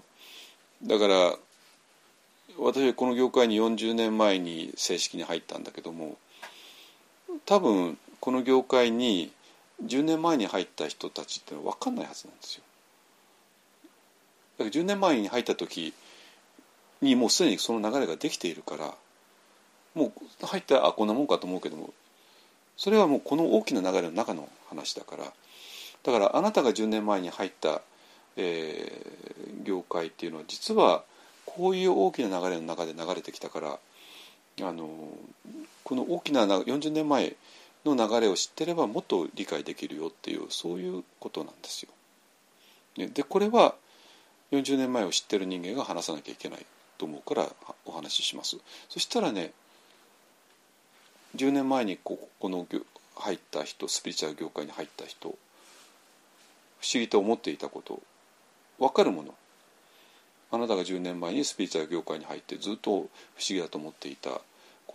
だから私はこの業界によんじゅうねんまえに正式に入ったんだけども、多分この業界にじゅうねんまえに入った人たちってのは分かんないはずなんですよ。だからじゅうねんまえに入った時にもうすでにその流れができているから、もう入ったらあこんなもんかと思うけども、それはもうこの大きな流れの中の話だから、だからあなたがじゅうねんまえに入った、えー、業界っていうのは実はこういう大きな流れの中で流れてきたから、あのこの大きなよんじゅうねんまえの流れを知ってればもっと理解できるよっていう、そういうことなんですよ。 ね、でこれはよんじゅうねんまえを知ってる人間が話さなきゃいけないと思うからお話しします。そしたらね、じゅうねんまえにここの入った人、スピリチュアル業界に入った人、不思議と思っていたこと分かるもの、あなたがじゅうねんまえにスピリチュアル業界に入ってずっと不思議だと思っていたこと、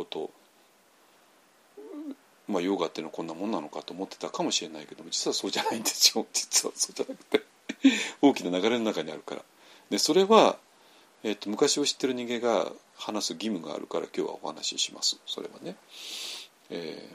まあヨガっていうのはこんなもんなのかと思ってたかもしれないけども、実はそうじゃないんですよ。実はそうじゃなくて大きな流れの中にあるから。でそれは、えー、と昔を知ってる人間が話す義務があるから今日はお話しします。それはね、え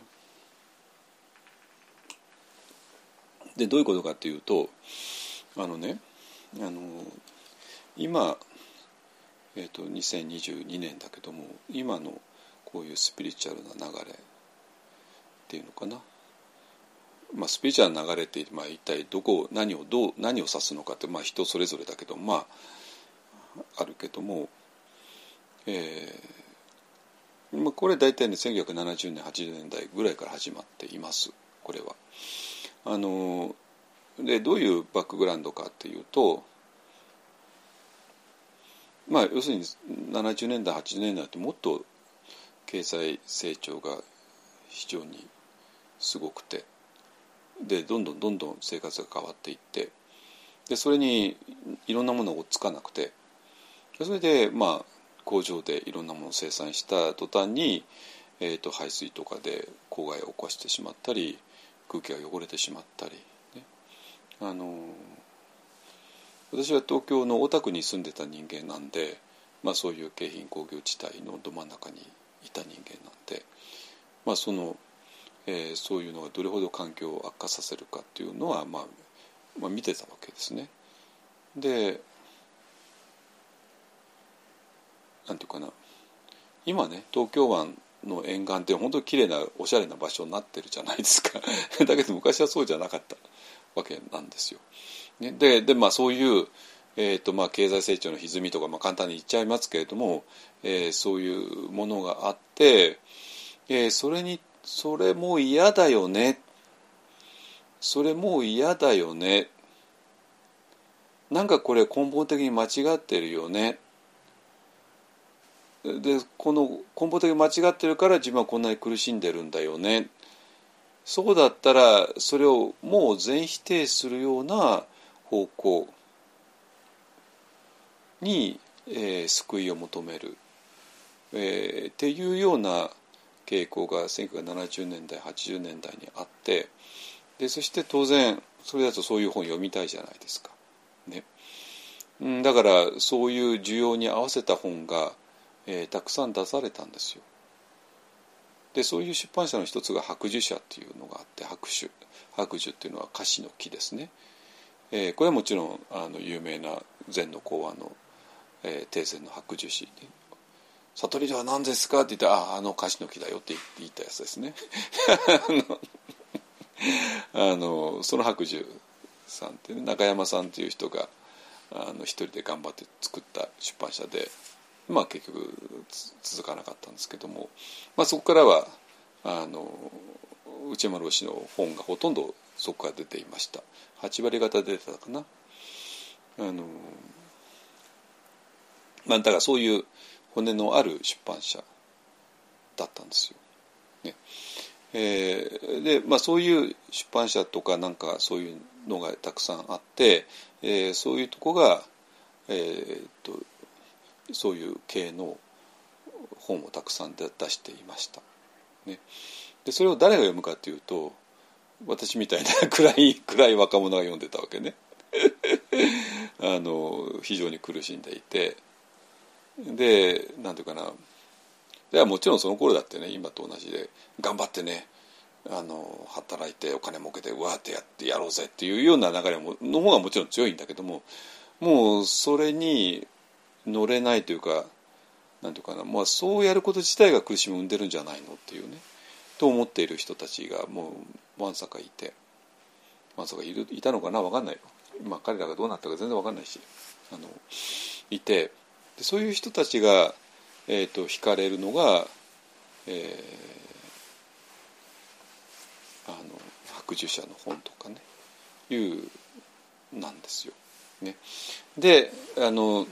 ー、でどういうことかというと、あのね、あの今、えー、とにせんにじゅうにねんだけども、今のこういうスピリチュアルな流れっていうのかな、まあ、スピリチュアルな流れって、まあ、一体どこ何をどう何を指すのかって、まあ、人それぞれだけど、まああるけども、えーまあ、これ大体ねせんきゅうひゃくななじゅうねんはちじゅうねんだいぐらいから始まっています。これはあのでどういうバックグラウンドかっていうと、まあ要するにななじゅうねんだいはちじゅうねんだいってもっと経済成長が非常にすごくて、でどんどんどんどん生活が変わっていって、でそれにいろんなものが追っつかなくて、それでまあ工場でいろんなものを生産した途端に、えー、と排水とかで公害を起こしてしまったり、空気が汚れてしまったり、ね、あの私は東京の大田区に住んでた人間なんで、まあ、そういう京浜工業地帯のど真ん中にいた人間なんで、まあそのえー、そういうのがどれほど環境を悪化させるかっていうのは、まあ、まあ見てたわけですね。でなんていうかな、今ね東京湾の沿岸って本当に綺麗なおしゃれな場所になってるじゃないですかだけど昔はそうじゃなかったわけなんですよ。ね、でで、まあ、そういう、えーとまあ、経済成長の歪みとか、まあ、簡単に言っちゃいますけれども、えー、そういうものがあって、えー、それにそれもう嫌だよね、それもう嫌だよね、なんかこれ根本的に間違ってるよね、でこの根本的に間違ってるから自分はこんなに苦しんでるんだよね、そうだったらそれをもう全否定するような方向に、えー、救いを求める、えー、っていうような傾向がせんきゅうひゃくななじゅうねんだいはちじゅうねんだいにあって、でそして当然それだとそういう本読みたいじゃないですか、ね、うん、だからそういう需要に合わせた本が、えー、たくさん出されたんですよ。でそういう出版社の一つが白寿社っていうのがあって、白寿白寿っていうのは樫の木ですね、えー、これはもちろんあの有名な禅の講話の、えー、定禅の白寿師、悟りとは何ですかって言ってあああの樫の木だよって言ったやつですねあのその白寿さんって、ね、中山さんっていう人があの一人で頑張って作った出版社で、まあ結局続かなかったんですけども、まあ、そこからはあの内山老師の本がほとんどそこから出ていました。はちわり方出てたかな。あのまあだからそういう骨のある出版社だったんですよ、ね。えー、でまあそういう出版社とかなんかそういうのがたくさんあって、えー、そういうとこが、えー、っとそういう系の本をたくさん出していました、ね。でそれを誰が読むかというと、私みたいな暗い暗い若者が読んでたわけねあの非常に苦しんでいて、でなんていうかな、ではもちろんその頃だってね今と同じで頑張ってねあの働いてお金儲けてうわーってやってやろうぜっていうような流れもの方がもちろん強いんだけども、もうそれに乗れないというか、なんていうかな、まあ、そうやること自体が苦しみを生んでるんじゃないのっていうねと思っている人たちがもうわんさかいて、わんさかいるいたのかな、分かんないよ、まあ、彼らがどうなったか全然分かんないし、あのいて、でそういう人たちが、えー、と惹かれるのが、えー、あの白寿社の本とかねいうなんですよ。 ね、であの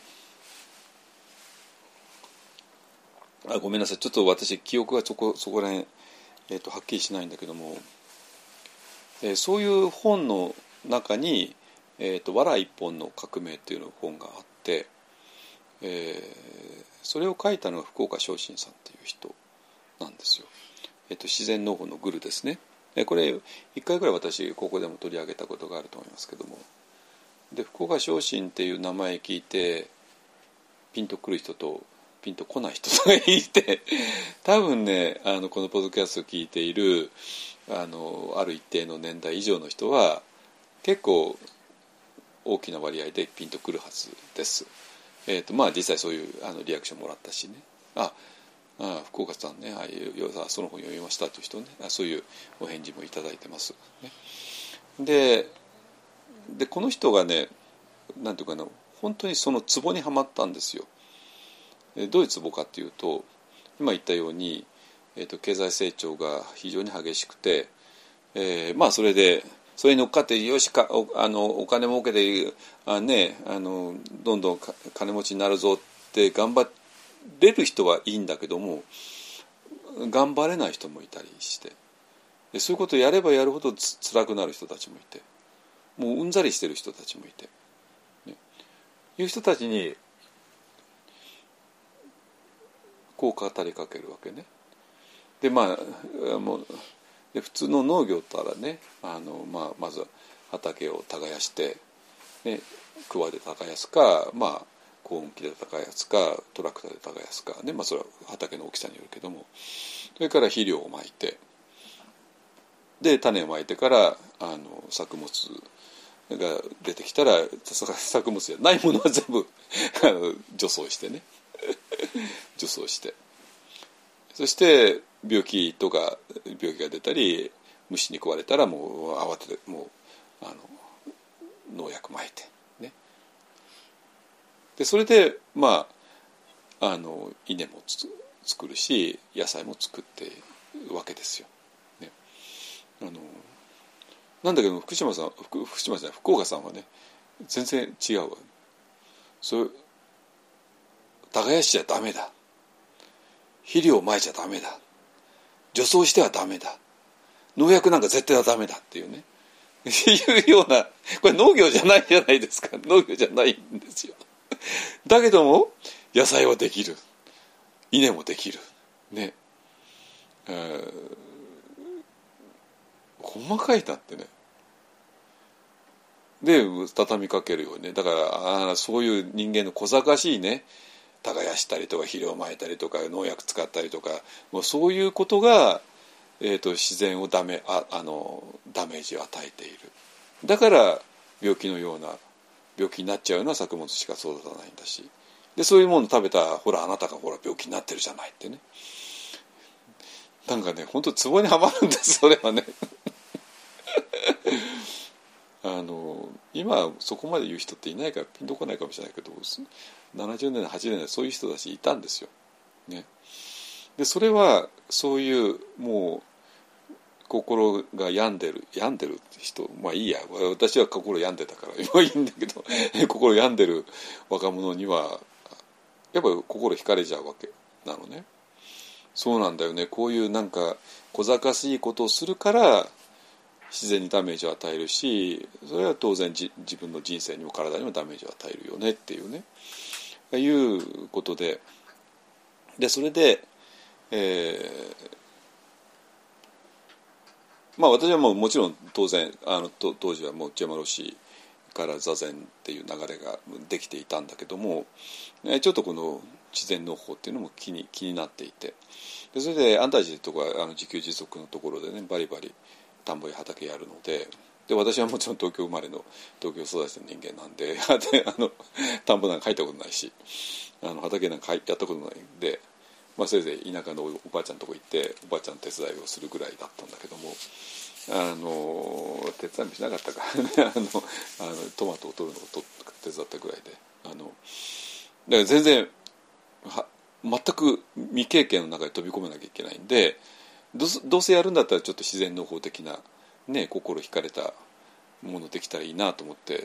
あごめんなさい、ちょっと私記憶がそこそこら辺、えー、とはっきりしないんだけども、えー、そういう本の中に「えー、と藁一本の革命」っていうの本があって、えー、それを書いたのが福岡昇進さんっていう人なんですよ。えー、と自然農法のグルですね。これいっかいぐらい私ここでも取り上げたことがあると思いますけども、で福岡昇進っていう名前聞いてピンとくる人とピンとこない人がいて、多分ねあのこのポッドキャストを聞いている あのある一定の年代以上の人は結構大きな割合でピンとくるはずです。えーとまあ、実際そういうあのリアクションもらったしね、ああ福岡さんね、あその本読みましたという人ね、そういうお返事もいただいてます、ね、で, でこの人がねなんていうかな、本当にそのツボにはまったんですよ。どういうツボかっていうと、今言ったように、えーと、経済成長が非常に激しくて、えー、まあそれでそれに乗っかってよしか お, あのお金儲けであ、ね、あのどんどん金持ちになるぞって頑張れる人はいいんだけども、頑張れない人もいたりして、でそういうことをやればやるほどつ辛くなる人たちもいて、もううんざりしてる人たちもいて、ね、いう人たちにこう語りかけるわけね。でまあもうで普通の農業ったらね、あの、まあ、まず畑を耕して、ね、桑で耕すか、まあ、耕運機で耕すかトラクターで耕すか、ねまあ、それは畑の大きさによるけども、それから肥料をまいて、で種をまいてからあの作物が出てきたら作物じゃないものは全部あの除草してね除草して、そして病気とか病気が出たり虫に食われたらもう慌ててもうあの農薬まいてね、でそれでまああの稲もつ作るし野菜も作っているわけですよ、ね、あのなんだけど福島さん 福, 福島さん福岡さんはね全然違うわ。そう耕しちゃダメだ、肥料をまいちゃダメだ、除草してはダメだ、農薬なんか絶対はダメだっていうねいうような、これ農業じゃないじゃないですか。農業じゃないんですよ。だけども野菜はできる、稲もできるね、えー、細かいなってね。で畳みかけるようにね。だからあそういう人間の小賢しいね、耕したりとか肥料をまいたりとか農薬使ったりとか、もうそういうことが、えー、と自然をダメ、ああのダメージを与えている。だから病気のような病気になっちゃうような作物しか育たないんだし、でそういうもの食べたらほらあなたがほら病気になってるじゃないってね。なんかね本当ツボにはまるんですそれはねあの今そこまで言う人っていないからピンとこないかもしれないけど、ななじゅうねんだいはちじゅうねんだいそういう人たちいたんですよ、ね、でそれはそういうもう心が病んでる病んでる人、まあいいや、私は心病んでたから今いいんだけど心病んでる若者にはやっぱり心惹かれちゃうわけなのね。そうなんだよね、こういうなんか小賢しいことをするから自然にダメージを与えるし、それは当然じ自分の人生にも体にもダメージを与えるよねっていうね、いうことで、でそれで、えー、まあ私はもうもちろん当然あのと当時はもう内山ロシから座禅っていう流れができていたんだけども、ちょっとこの自然農法っていうのも気に気になっていて、でそれで安泰寺とかあの自給自足のところでねバリバリ田んぼや畑やるので、で私はもちろん東京生まれの東京育ちの人間なんであの田んぼなんか入ったことないし、あの畑なんかやったことないんで、まあ、せいぜい田舎のおばあちゃんのとこ行っておばあちゃんの手伝いをするぐらいだったんだけども、あの手伝いもしなかったからねあのあのトマトを取るのを手伝ったぐらいで、あのだから全然は全く未経験の中で飛び込めなきゃいけないんで、ど, どうせやるんだったらちょっと自然農法的な、ね、心惹かれたものできたらいいなと思って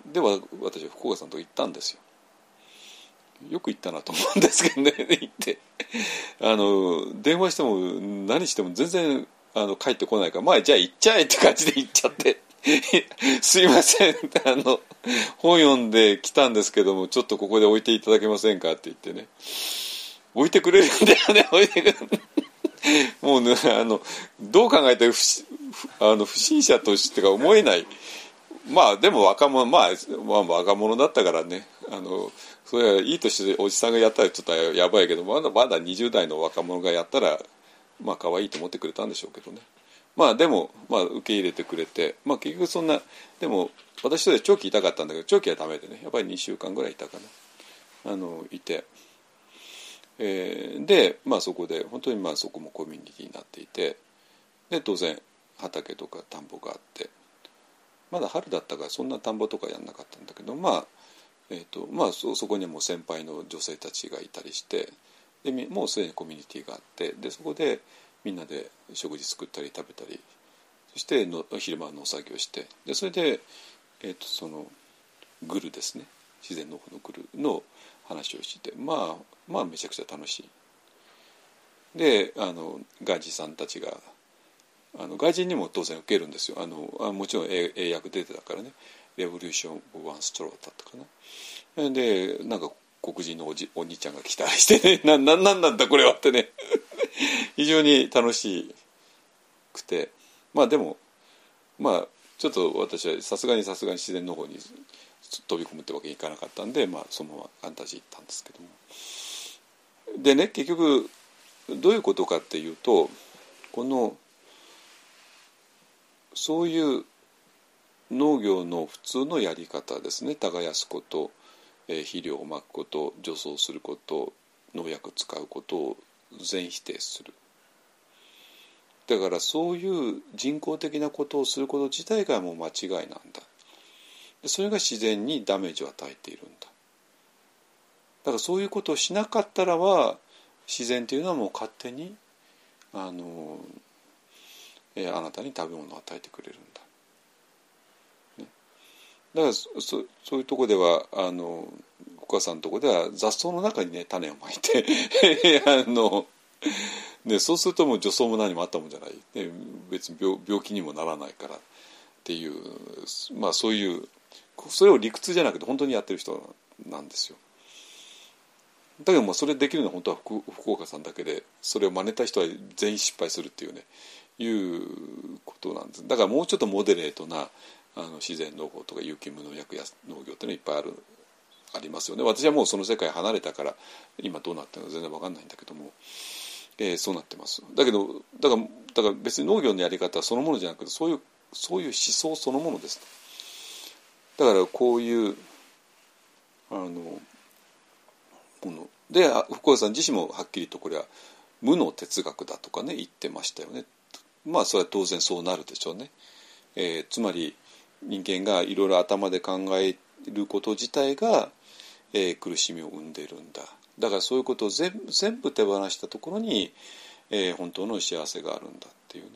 では私は福岡さんと行ったんですよ。よく行ったなと思うんですけどね行ってあの電話しても何しても全然あの帰ってこないから、まあじゃあ行っちゃえって感じで行っちゃってすいませんあの本読んで来たんですけどもちょっとここで置いていただけませんかって言ってね、置いてくれるんだよね置いてくれるもうねあのどう考えてもあの不審者としてか思えない。まあでも若者、まあ、まあ若者だったからね、あのそれはいい年でおじさんがやったらちょっとやばいけど、まだまだにじゅう代の若者がやったらまあ可愛いと思ってくれたんでしょうけどね。まあでも、まあ、受け入れてくれて、まあ結局そんなでも私とで長期いたかったんだけど長期はダメでね、やっぱりにしゅうかんぐらいいたかな、あのいて、えー、でまあそこで本当にまあそこもコミュニティになっていて、で当然畑とか田んぼがあって。まだ春だったからそんな田んぼとかやんなかったんだけど、まあ、えーとまあ、そ, そこにはもう先輩の女性たちがいたりして、でもうすでにコミュニティがあって、でそこでみんなで食事作ったり食べたり、そしての昼間の作業して、でそれで、えーとそのグルですね、自然農法のグルの話をして、まあまあめちゃくちゃ楽しい。であのガジさんたちがあの外人にも当然受けるんですよ。あのあもちろん英, 英訳出てたからね、レボリューション・ワン・ストローだったかな。でなんか黒人のおじお兄ちゃんが来たりしてねな, な, なんなんだこれはってね非常に楽しくて、まあでもまあちょっと私はさすがにさすがに自然の方に飛び込むってわけにいかなかったんで、まあそのままファンタジー行ったんですけども、でね結局どういうことかっていうと、このそういう農業の普通のやり方ですね、耕すこと、えー、肥料をまくこと、除草すること、農薬使うことを全否定する。だからそういう人工的なことをすること自体がもう間違いなんだ。それが自然にダメージを与えているんだ。だからそういうことをしなかったらは自然というのはもう勝手にあのえー、あなたに食べ物を与えてくれるんだ、ね、だから そ, そ, そういうとこではあのお母さんのとこでは雑草の中にね種をまいてあの、ね、そうするともう除草も何もあったもんじゃない、ね、別に 病, 病気にもならないからっていう、まあそういうそれを理屈じゃなくて本当にやってる人なんですよ。だけどもうそれできるのは本当は 福, 福岡さんだけで、それを真似た人は全員失敗するっていうねいうことなんです。だからもうちょっとモデレートなあの自然農法とか有機無農薬や農業っていうのいっぱいあるありますよね。私はもうその世界離れたから今どうなってるのか全然分かんないんだけども、えー、そうなってます。だけどだからだから別に農業のやり方そのものじゃなくてそういうそういう思想そのものです。だからこういうあのもので福岡さん自身もはっきりとこれは無の哲学だとかね言ってましたよね。まあそれは当然そうなるでしょうね。えー、つまり人間がいろいろ頭で考えること自体が、えー、苦しみを生んでいるんだ。だからそういうことを全部、全部手放したところに、えー、本当の幸せがあるんだっていうね。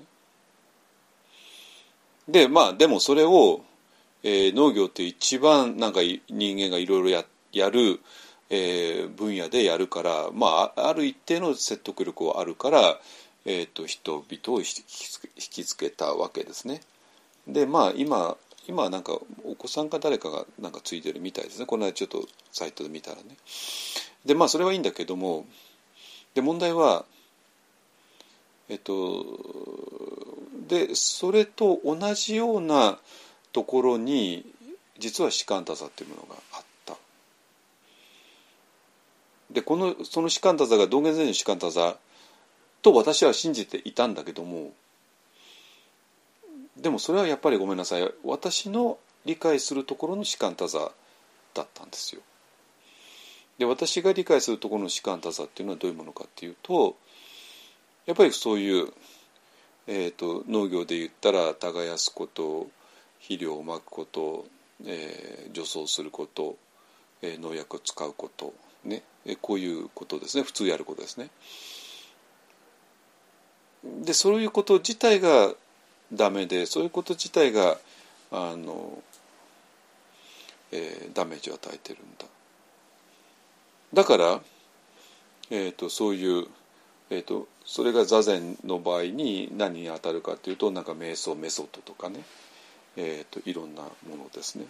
でまあでもそれを、えー、農業って一番なんか人間がいろいろややるえー、分野でやるから、まあ、ある一定の説得力はあるから、えー、と人々を引きつけたわけですね。でまあ今今なんかお子さんか誰かがなんかついてるみたいですね。この間ちょっとサイトで見たらね。でまあそれはいいんだけども、で問題はえっ、ー、とでそれと同じようなところに実は士官多座っていうものがあった。でこのその士官多座が道元禅師の士官多座と私は信じていたんだけども、でもそれはやっぱりごめんなさい、私の理解するところの士官多座だったんですよ。で私が理解するところの士官多座っていうのはどういうものかっていうと、やっぱりそういう、えーと、農業で言ったら耕すこと、肥料をまくこと、えー、除草すること、えー、農薬を使うことね、こういうことですね。普通やることですね。でそういうこと自体がダメで、そういうこと自体があのえー、ダメージを与えてるんだ。だから、えー、とそういう、えー、とそれが座禅の場合に何に当たるかというと、なんか瞑想メソッドとかね、えー、といろんなものですね。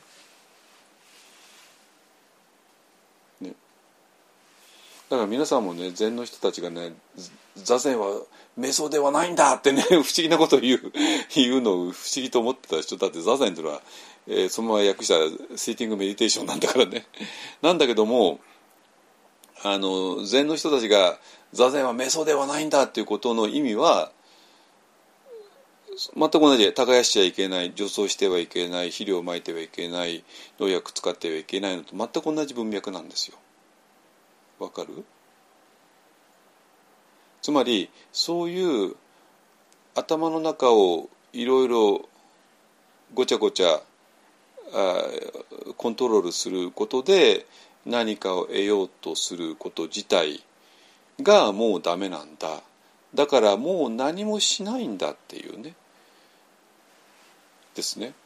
ね、だから皆さんもね、禅の人たちがね、座禅は瞑想ではないんだってね、不思議なことを言う言うのを不思議と思ってた人だって、座禅というのは、えー、そのまま訳したシーティングメディテーションなんだからね。なんだけども、あの禅の人たちが座禅は瞑想ではないんだっていうことの意味は全く同じで、耕しちゃいけない、除草してはいけない、肥料をまいてはいけない、農薬使ってはいけないのと全く同じ文脈なんですよ。わかる？つまりそういう頭の中をいろいろごちゃごちゃあコントロールすることで何かを得ようとすること自体がもうダメなんだ。だからもう何もしないんだっていうねですね。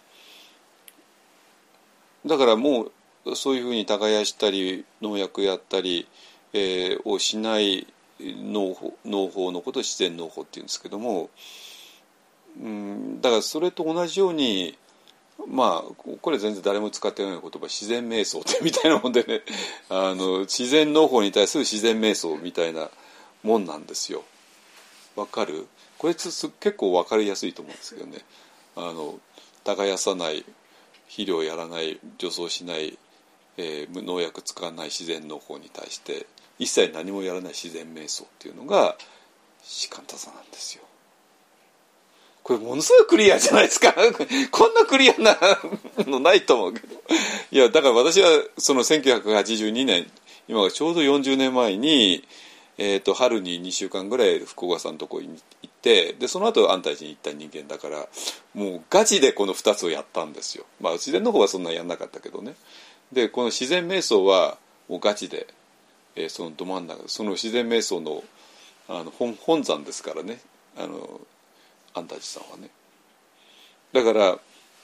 だからもうそういうふうに耕したり農薬やったり、えー、をしない農法、農法のことを自然農法っていうんですけども、うん、だからそれと同じように、まあこれ全然誰も使ってない言葉、自然瞑想ってみたいなもんでね、あの自然農法に対する自然瞑想みたいなもんなんですよ。わかる？これつ結構わかりやすいと思うんですけどね。あの耕さない、肥料やらない、除草しない、えー、農薬使わない自然農法に対して一切何もやらない自然瞑想っていうのが士官多座なんですよ。これものすごいクリアじゃないですか。こんなクリアなのないと思うけど、いやだから私はそのせんきゅうひゃくはちじゅうにねん、今がちょうどよんじゅうねんまえに、えー、と春ににしゅうかんぐらい福岡さんのとこに行って、でその後安泰寺に行った人間だから、もうガチでこのふたつをやったんですよ。まあ自然の方はそんなやんなかったけどね。でこの自然瞑想はもうガチで、えー、そのど真ん中、その自然瞑想の、あの 本, 本山ですからね、あの安泰寺さんはね。だから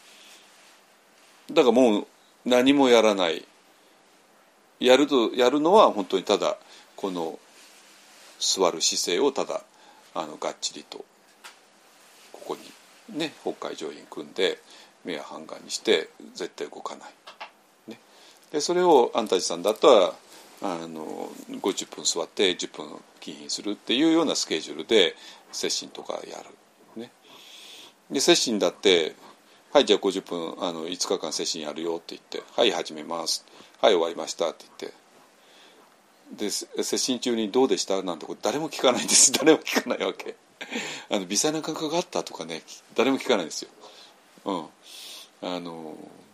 だからもう何もやらない、やるとやるのは本当にただこの座る姿勢をただあのがっちりとここにね法界上院組んで目は半眼にして絶対動かない、ね、でそれを安泰寺さんだとはあのごじゅっぷん座ってじゅっぷん起賓するっていうようなスケジュールで接心とかやる、ね、で接心だってはいじゃあごじゅっぷんあのいつかかん接心やるよって言ってはい始めますはい終わりましたって言って、で接心中にどうでしたなんてこと誰も聞かないんです。誰も聞かないわけ。あの微細な感覚があったとかね、誰も聞かないんですよ。うん、あの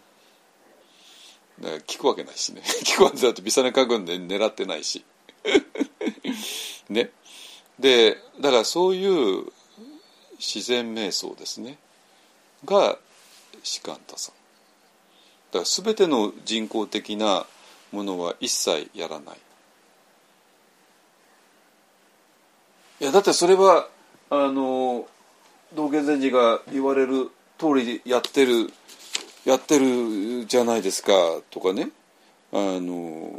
だから聞くわけないしね。聞くわけだって微細な感覚で狙ってないしね。でだからそういう自然瞑想ですねが士官多座。だから全ての人工的なものは一切やらない。いやだってそれはあの道元禅師が言われる通りやってるやってるじゃないですかとかね、あの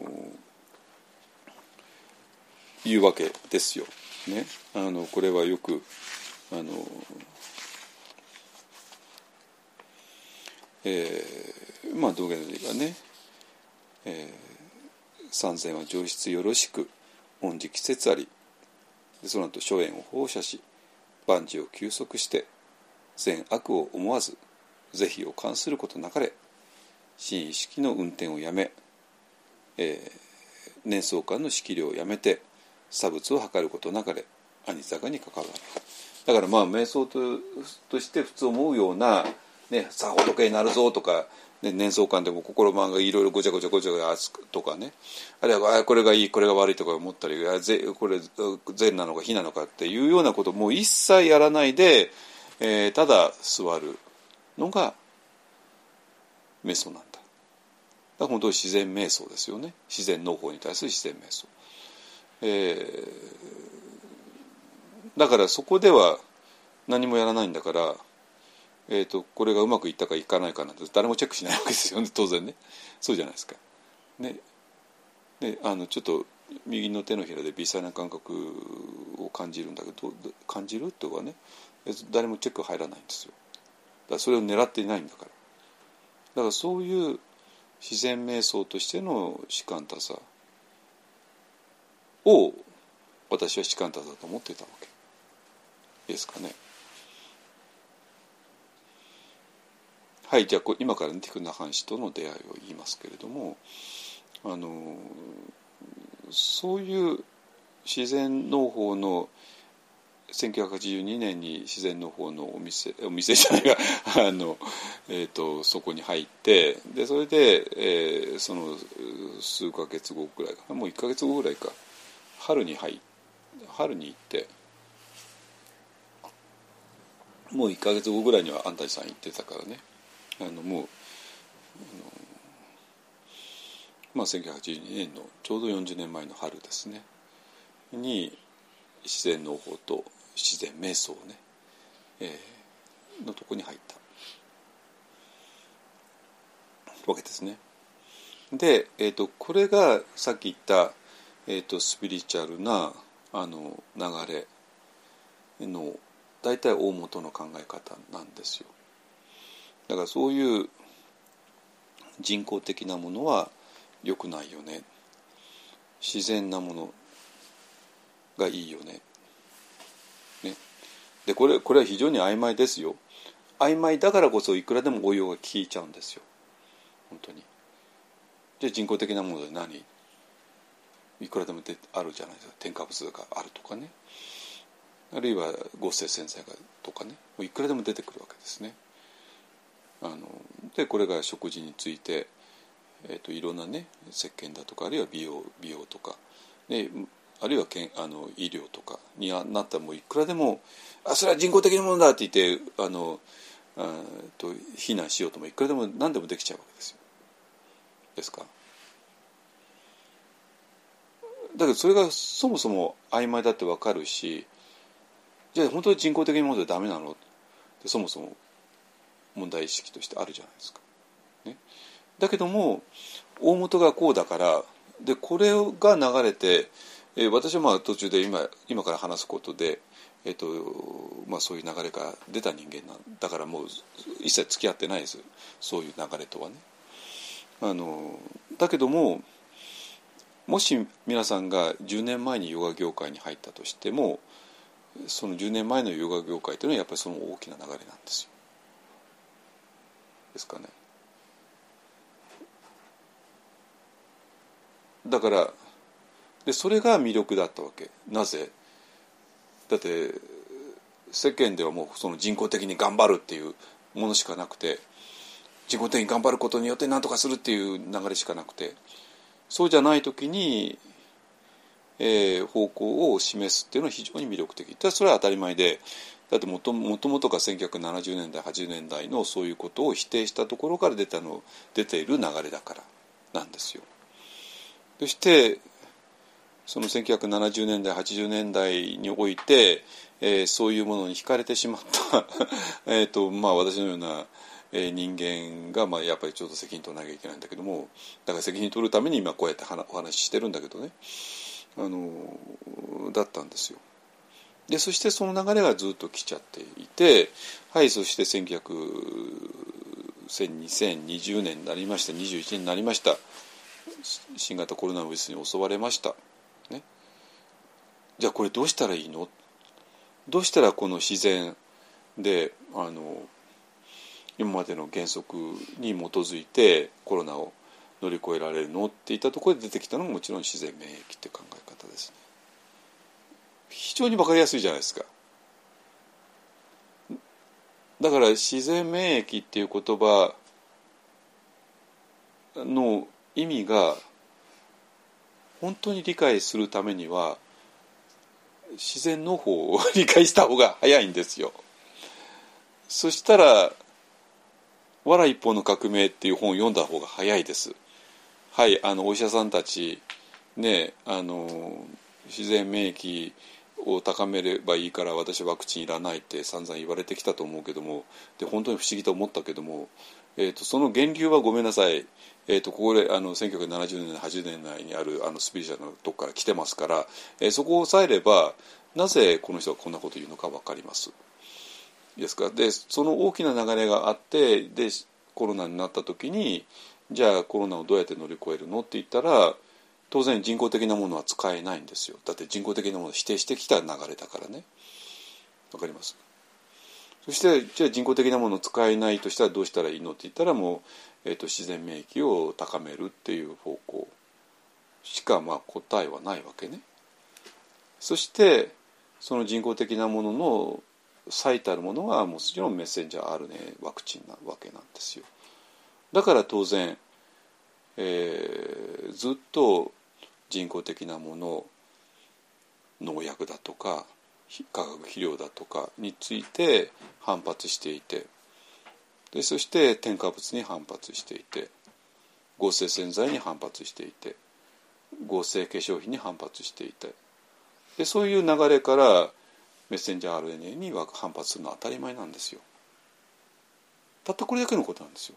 言うわけですよね。あのこれはよくあの、えー、まあ道元禅師がね、えー、三千は上質よろしく恩事季節あり、でその後諸縁を放射し万事を休息して善悪を思わず是非を関することなかれ心意識の運転をやめ、えー、念想観の識量をやめて差物を図ることなかれ阿弥坂に関わる。だからまあ瞑想 と, として普通思うような、ね、さあ仏になるぞとか、ね、念想観でも心漫画いろいろごちゃごちゃごちゃごちゃとかね、あるいはこれがいいこれが悪いとか思ったり、これ善なのか非なのかっていうようなこともう一切やらないで、えー、ただ座るのが瞑想なんだ。だから本当に自然瞑想ですよね。自然農法に対する自然瞑想、えー、だからそこでは何もやらないんだから、 えー、とこれがうまくいったかいかないかなんて誰もチェックしないわけですよね、当然ね。そうじゃないですか。ね、であのちょっと右の手のひらで微細な感覚を感じるんだけど、感じるっていうかね、誰もチェック入らないんですよ。だからそれを狙っていないんだから。だからそういう自然瞑想としての士官多さを私は士官多さだと思っていたわけですかね。はい、じゃあ今から、ね、ティク・ナハン氏との出会いを言いますけれども、あのそういう自然農法のせんきゅうひゃくはちじゅうにねんに自然農法のお店お店じゃないかあの、えー、とそこに入って、でそれで、えー、その数ヶ月後ぐらいかもういっかげつごぐらいか春に入春に行って、もういっかげつごぐらいには安泰さん行ってたからね、あのもうあの、まあ、せんきゅうひゃくはちじゅうにねんのちょうどよんじゅうねんまえの春ですねに自然農法と自然瞑想をね、えー、のとこに入ったわけですね。で、えー、とこれがさっき言った、えー、とスピリチュアルなあの流れの大体大元の考え方なんですよ。だからそういう人工的なものは良くないよね、自然なものがいいよね。ねでこれこれは非常に曖昧ですよ。曖昧だからこそいくらでも応用が効いちゃうんですよ、本当に。じゃあ人工的なもので何いくらでもであるじゃないですか。添加物があるとかね、あるいは合成洗剤がとかね、いくらでも出てくるわけですね。あのでこれが食事について、えー、といろんなね石鹸だとか、あるいは美容美容とか、ね、あるいはけんあの医療とかになったらもういくらでもあそれは人工的なものだって言ってあのあと非難しようともいくらでも何でもできちゃうわけですよ。ですか。だけどそれがそもそも曖昧だって分かるし、じゃあ本当に人工的なものでダメなのってそもそも問題意識としてあるじゃないですか、ね、だけども大元がこうだからでこれが流れて、えー、私はまあ途中で 今, 今から話すことで、えーとまあ、そういう流れから出た人間なんだからもう一切付き合ってないです、そういう流れとはね。あのだけどももし皆さんがじゅうねんまえにヨガ業界に入ったとしても、そのじゅうねんまえのヨガ業界というのはやっぱりその大きな流れなんですよ。ですかね。だからでそれが魅力だったわけ。なぜだって世間ではもうその人工的に頑張るっていうものしかなくて、人工的に頑張ることによって何とかするっていう流れしかなくて、そうじゃない時に、えー、方向を示すっていうのは非常に魅力的。だそれは当たり前で、だってもともとがせんきゅうひゃくななじゅうねんだいはちじゅうねんだいのそういうことを否定したところから出たの出ている流れだからなんですよ。そしてそのせんきゅうひゃくななじゅうねんだいはちじゅうねんだいにおいて、えー、そういうものに惹かれてしまったえと、まあ、私のような人間が、まあ、やっぱりちょっと責任取らなきゃいけないんだけども、だから責任取るために今こうやってお話ししてるんだけどね、あのだったんですよ。でそしてその流れがずっと来ちゃっていて、はい、そしてせんきゅうひゃくにせんにじゅうねんになりました、にじゅういちねんになりました、新型コロナウイルスに襲われました、ね、じゃあこれどうしたらいいの、どうしたらこの自然であの今までの原則に基づいてコロナを乗り越えられるのっていったところで出てきたのがもちろん自然免疫って考え方ですね。非常に分かりやすいじゃないですか。だから自然免疫っていう言葉の意味が本当に理解するためには自然の方を理解した方が早いんですよ。そしたら「わら一本の革命」っていう本を読んだ方が早いです。はい、あのお医者さんたちね、あの自然免疫を高めればいいから私ワクチンいらないって散々言われてきたと思うけども、で本当に不思議と思ったけども、えー、とその源流はごめんなさい、えー、とここであのせんきゅうひゃくななじゅうねんはちじゅうねんだいにあるあのスピリチュアルのとこから来てますから、えー、そこを抑えればなぜこの人がこんなこと言うのか分かりますですか。でその大きな流れがあって、でコロナになった時にじゃあコロナをどうやって乗り越えるのって言ったら、当然人工的なものは使えないんですよ。だって人工的なものを否定してきた流れだからね。わかります。そしてじゃあ人工的なものを使えないとしたらどうしたらいいのって言ったら、もう、えーと、自然免疫を高めるっていう方向しかまあ答えはないわけね。そしてその人工的なものの最たるものがもちろんメッセンジャー アールエヌエー ワクチンなわけなんですよ。だから当然、えー、ずっと人工的なもの、農薬だとか化学肥料だとかについて反発していて、でそして添加物に反発していて、合成洗剤に反発していて、合成化粧品に反発していて、でそういう流れからメッセンジャー アールエヌエー には反発するのは当たり前なんですよ。たったこれだけのことなんですよ。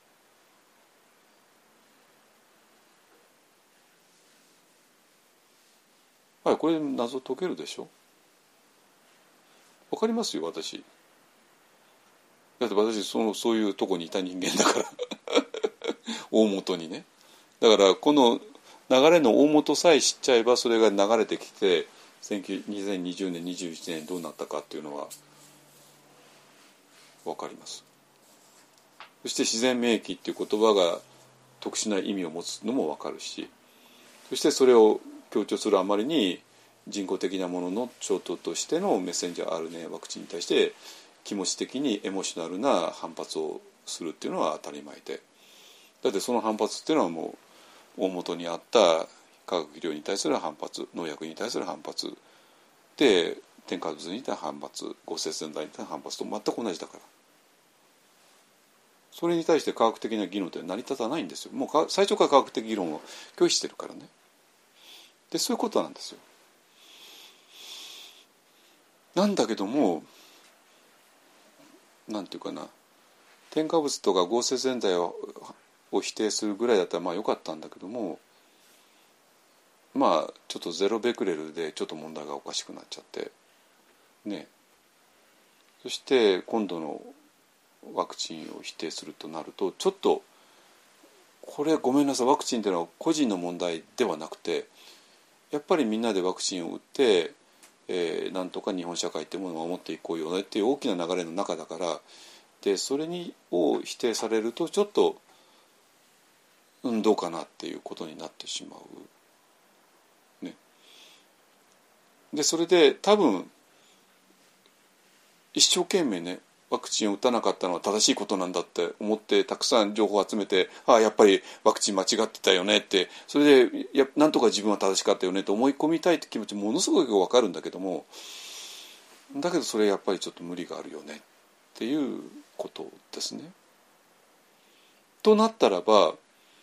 はい、これ謎解けるでしょ。わかりますよ、私。だって私そのそういうとこにいた人間だから大元にね。だからこの流れの大元さえ知っちゃえば、それが流れてきてにせんにじゅうねんにじゅういちねんどうなったかっていうのはわかります。そして自然免疫っていう言葉が特殊な意味を持つのもわかるし、そしてそれを強調するあまりに人工的なものの象徴としてのメッセンジャー アールエヌエー ワクチンに対して気持ち的にエモーショナルな反発をするっていうのは当たり前で、だってその反発っていうのはもう大元にあった化学肥料に対する反発、農薬に対する反発で、添加物に対する反発、合成洗剤に対する反発と全く同じだから、それに対して科学的な議論って成り立たないんですよ。もう最初から科学的議論を拒否してるからね。でそういうことなんですよ。なんだけども、なんていうかな、添加物とか合成洗剤を否定するぐらいだったらまあ良かったんだけども、まあちょっとゼロベクレルでちょっと問題がおかしくなっちゃってね。そして今度のワクチンを否定するとなると、ちょっとこれごめんなさい、ワクチンっていうのは個人の問題ではなくて、やっぱりみんなでワクチンを打って、えー、なんとか日本社会っていうものを守っていこうよねっていう大きな流れの中だから、でそれにを否定されるとちょっと、うん、どうかなっていうことになってしまう、ね、でそれで多分一生懸命ねワクチンを打たなかったのは正しいことなんだって思ってたくさん情報を集めて、ああやっぱりワクチン間違ってたよねって、それでやなんとか自分は正しかったよねと思い込みたいって気持ちものすごく分かるんだけども、だけどそれやっぱりちょっと無理があるよねっていうことですね。となったらば、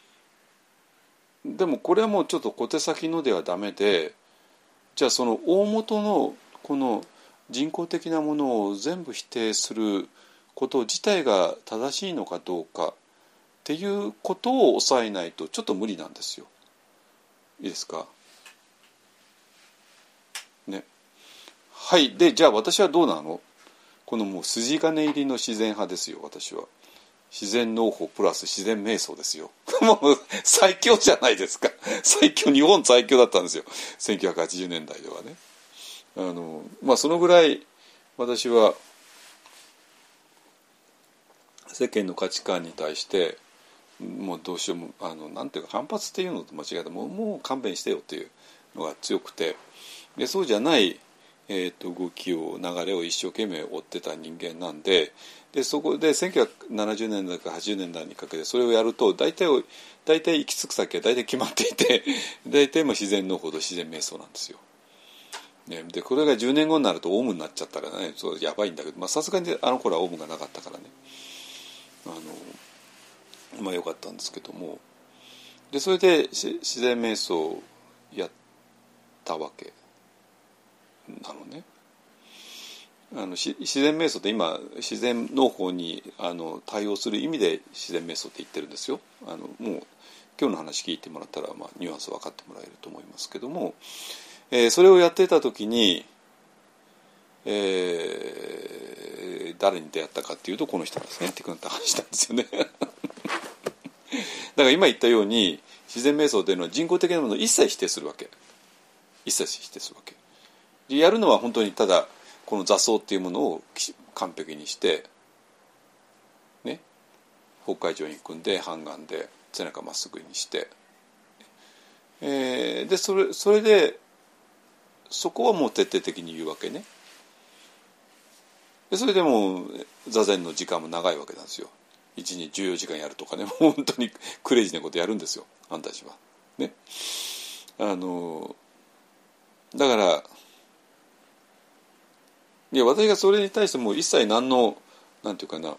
でもこれはもうちょっと小手先のではダメで、じゃあその大元のこの人工的なものを全部否定すること自体が正しいのかどうかっていうことを抑えないとちょっと無理なんですよ。いいですかね。はい。でじゃあ私はどうなの？このもう筋金入りの自然派ですよ。私は自然農法プラス自然瞑想ですよ。もう最強じゃないですか。最強、日本最強だったんですよ、せんきゅうひゃくはちじゅうねんだいではね。あのまあそのぐらい私は世間の価値観に対してもうどうしようもあのなんていうか反発っていうのと間違えた、もうもう勘弁してよっていうのが強くて、でそうじゃない、えー、と動きを流れを一生懸命追ってた人間なんで、でそこでせんきゅうひゃくななじゅうねんだいからはちじゅうねんだいにかけてそれをやると大体大体行き着く先は大体決まっていて、大体も自然農法と自然瞑想なんですよ。ね、でこれがじゅうねんごになるとオウムになっちゃったらね、そうやばいんだけど、さすがにあの頃はオウムがなかったからね、あのまあよかったんですけども、でそれで自然瞑想をやったわけなのね。あの自然瞑想って今自然農法にあの対応する意味で自然瞑想って言ってるんですよ。あのもう今日の話聞いてもらったら、まあ、ニュアンス分かってもらえると思いますけども、えー、それをやってた時に、えー、誰に出会ったかっていうとこの人ですね。ティクナタ話したんですよね。だから今言ったように自然瞑想というのは人工的なものを一切否定するわけ。一切否定するわけ。でやるのは本当にただこの座奏っていうものを完璧にしてね、法会場に組んで半眼で背中まっすぐにして、えー、でそれそれでそこはもう徹底的に言うわけね。でそれでもう座禅の時間も長いわけなんですよ。いちにちじゅうよじかんやるとかね、もう本当にクレイジーなことやるんですよ、あんたたちはね。あのだからいや私がそれに対しても一切何のなんていうかな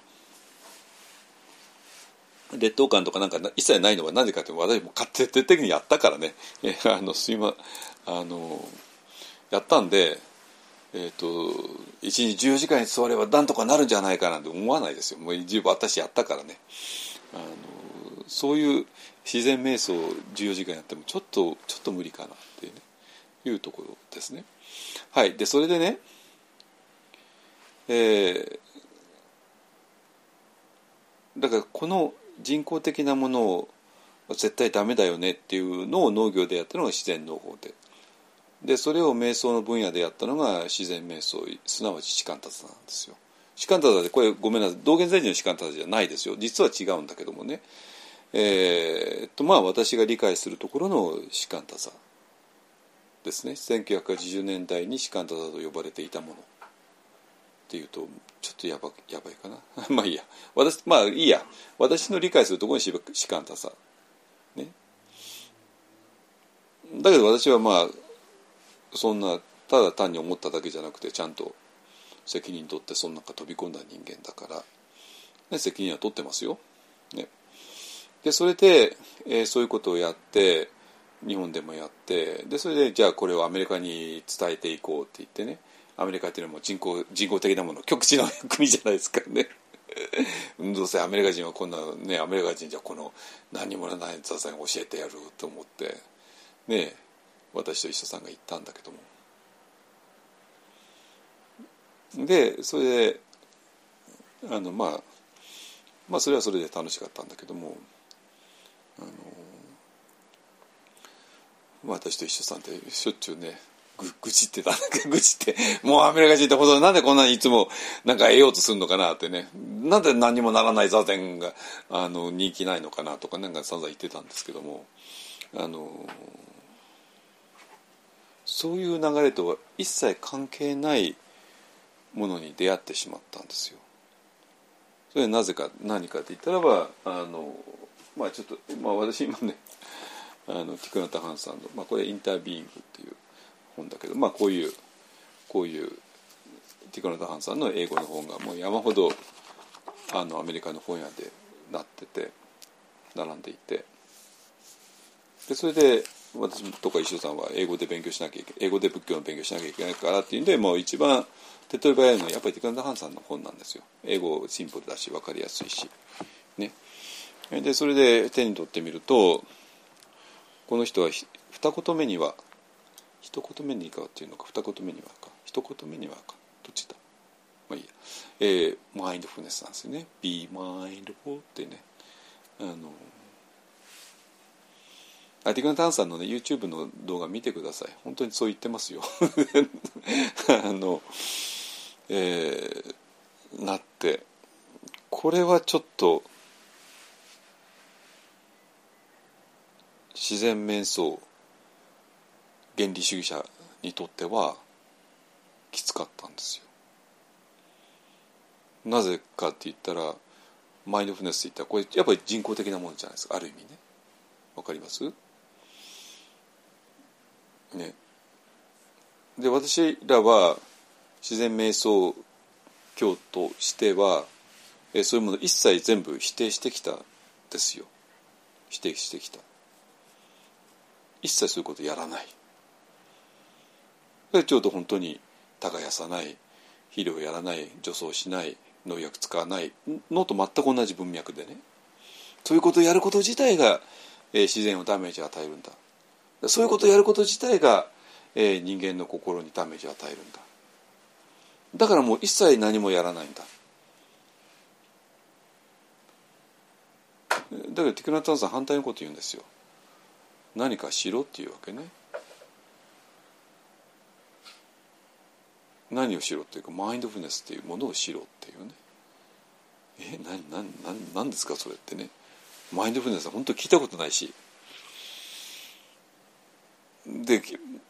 劣等感とかなんか一切ないのはなぜかというと、私も徹底的にやったからね。えあのすいまあのやったんで、えーと、いちにちじゅうよじかんに座ればなんとかなるんじゃないかなんて思わないですよ。もう十分私やったからね。あのそういう自然瞑想じゅうよじかんやってもちょっとちょっと無理かなっていう、ね、いうところですね。はい。でそれでね、えー、だからこの人工的なものを絶対ダメだよねっていうのを農業でやったのが自然農法で、でそれを瞑想の分野でやったのが自然瞑想、すなわち士官達なんですよ。士官達でこれごめんなさい、道元禅師の士官達じゃないですよ、実は違うんだけどもね、えー、っとまあ私が理解するところの士官達ですね。せんきゅうひゃくはちじゅうねんだいに士官達と呼ばれていたものっていうとちょっとやばやばいかなまあいいや、私まあいいや、私の理解するところに士官達ね。だけど私はまあそんなただ単に思っただけじゃなくてちゃんと責任取ってその中飛び込んだ人間だから、ね、責任は取ってますよ、ね、でそれで、えー、そういうことをやって日本でもやって、でそれでじゃあこれをアメリカに伝えていこうって言ってね、アメリカっていうのはもう人工人工的なもの極地の国じゃないですかねどうせアメリカ人はこんなね、アメリカ人じゃこの何にもない座禅を教えてやると思ってね、私と一緒さんが行ったんだけども、でそれであの、まあ、まあそれはそれで楽しかったんだけども、あの私と一緒さんってしょっちゅうねぐ愚痴ってた愚痴ってもうアメリカ人ってほどなんでこんなにいつもなんか得ようとするのかなってね、なんで何にもならない座禅があの人気ないのかなとかなんか散々言ってたんですけども、あのそういう流れとは一切関係ないものに出会ってしまったんですよ。それはなぜか何かって言ったらば、あのまあちょっと、まあ、私今ねあのティクナタ・ハンさんの、まあ、これインタービーイングっていう本だけど、まあこういうこういうティクナタ・ハンさんの英語の本がもう山ほどあのアメリカの本屋でなってて並んでいて、でそれで私とか石尾さんは英語で勉強しなきゃいけない、英語で仏教の勉強しなきゃいけないからっていうんで、もう一番手っ取り早いのはやっぱりティクナタ・ハンさんの本なんですよ。英語シンプルだし分かりやすいしね。でそれで手に取ってみると、この人は二言目には一言目にかっていうのか二言目にはか一言目にはかどっちだ、まあいいや、えー、マインドフルネスなんですよね。 Be mindful ってね、あのティクナタ・ハンさんのね YouTube の動画見てください。本当にそう言ってますよあの、えー、なってこれはちょっと自然瞑想原理主義者にとってはきつかったんですよ。なぜかって言ったら、マインドフルネスって言ったらこれやっぱり人工的なものじゃないですか、ある意味ね。わかりますね。で私らは自然瞑想教としてはえそういうもの一切全部否定してきたんですよ。否定してきた。一切そういうことやらない。 でちょうど本当に耕さない、肥料やらない、除草しない、農薬使わないのと全く同じ文脈でね、そういうことをやること自体が、えー、自然をダメージを与えるんだ。そういうことをやること自体が、えー、人間の心にダメージを与えるんだ。だからもう一切何もやらないんだ。だけどティクナタンさん反対のこと言うんですよ。何かしろっていうわけね。何をしろっていうか、マインドフルネスっていうものをしろっていうね。え、何何何何ですかそれってね。マインドフルネスは本当に聞いたことないし、で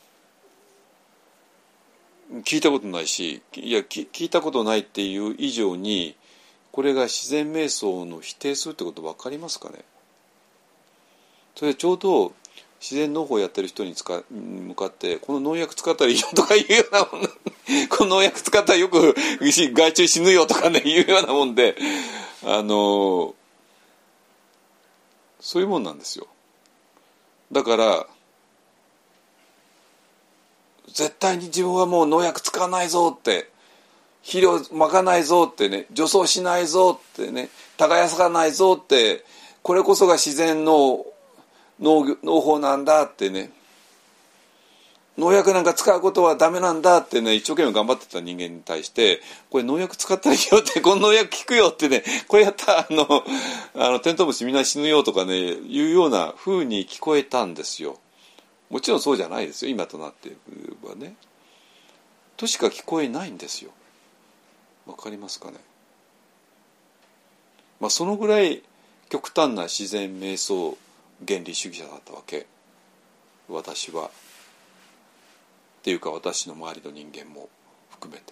聞いたことないし、いや聞いたことないっていう以上に、これが自然瞑想の否定するってこと分かりますかね。それちょうど自然農法をやってる人に使向かって、この農薬使ったらいいよとかいうようなもんこの農薬使ったらよく害虫死ぬよとかねいうようなもんで、あのそういうもんなんですよ。だから絶対に自分はもう農薬使わないぞって、肥料まかないぞってね、除草しないぞってね、耕さないぞって、これこそが自然の農, 農法なんだってね、農薬なんか使うことはダメなんだってね、一生懸命頑張ってた人間に対して、これ農薬使ったらいいよって、この農薬効くよってね、これやったらあのあのテントウムシみんな死ぬよとかねいうような風に聞こえたんですよ。もちろんそうじゃないですよ、今となってはね。としか聞こえないんですよ。わかりますかね。まあそのぐらい極端な自然瞑想原理主義者だったわけ、私は。っていうか私の周りの人間も含めて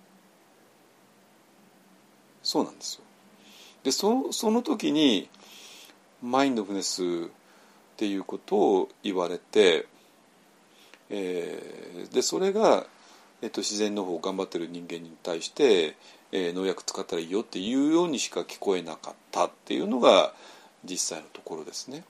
そうなんですよ。で そ, その時にマインドフルネスっていうことを言われて、えー、でそれが、えっと、自然の方を頑張ってる人間に対して、えー、農薬使ったらいいよっていうようにしか聞こえなかったっていうのが実際のところですね。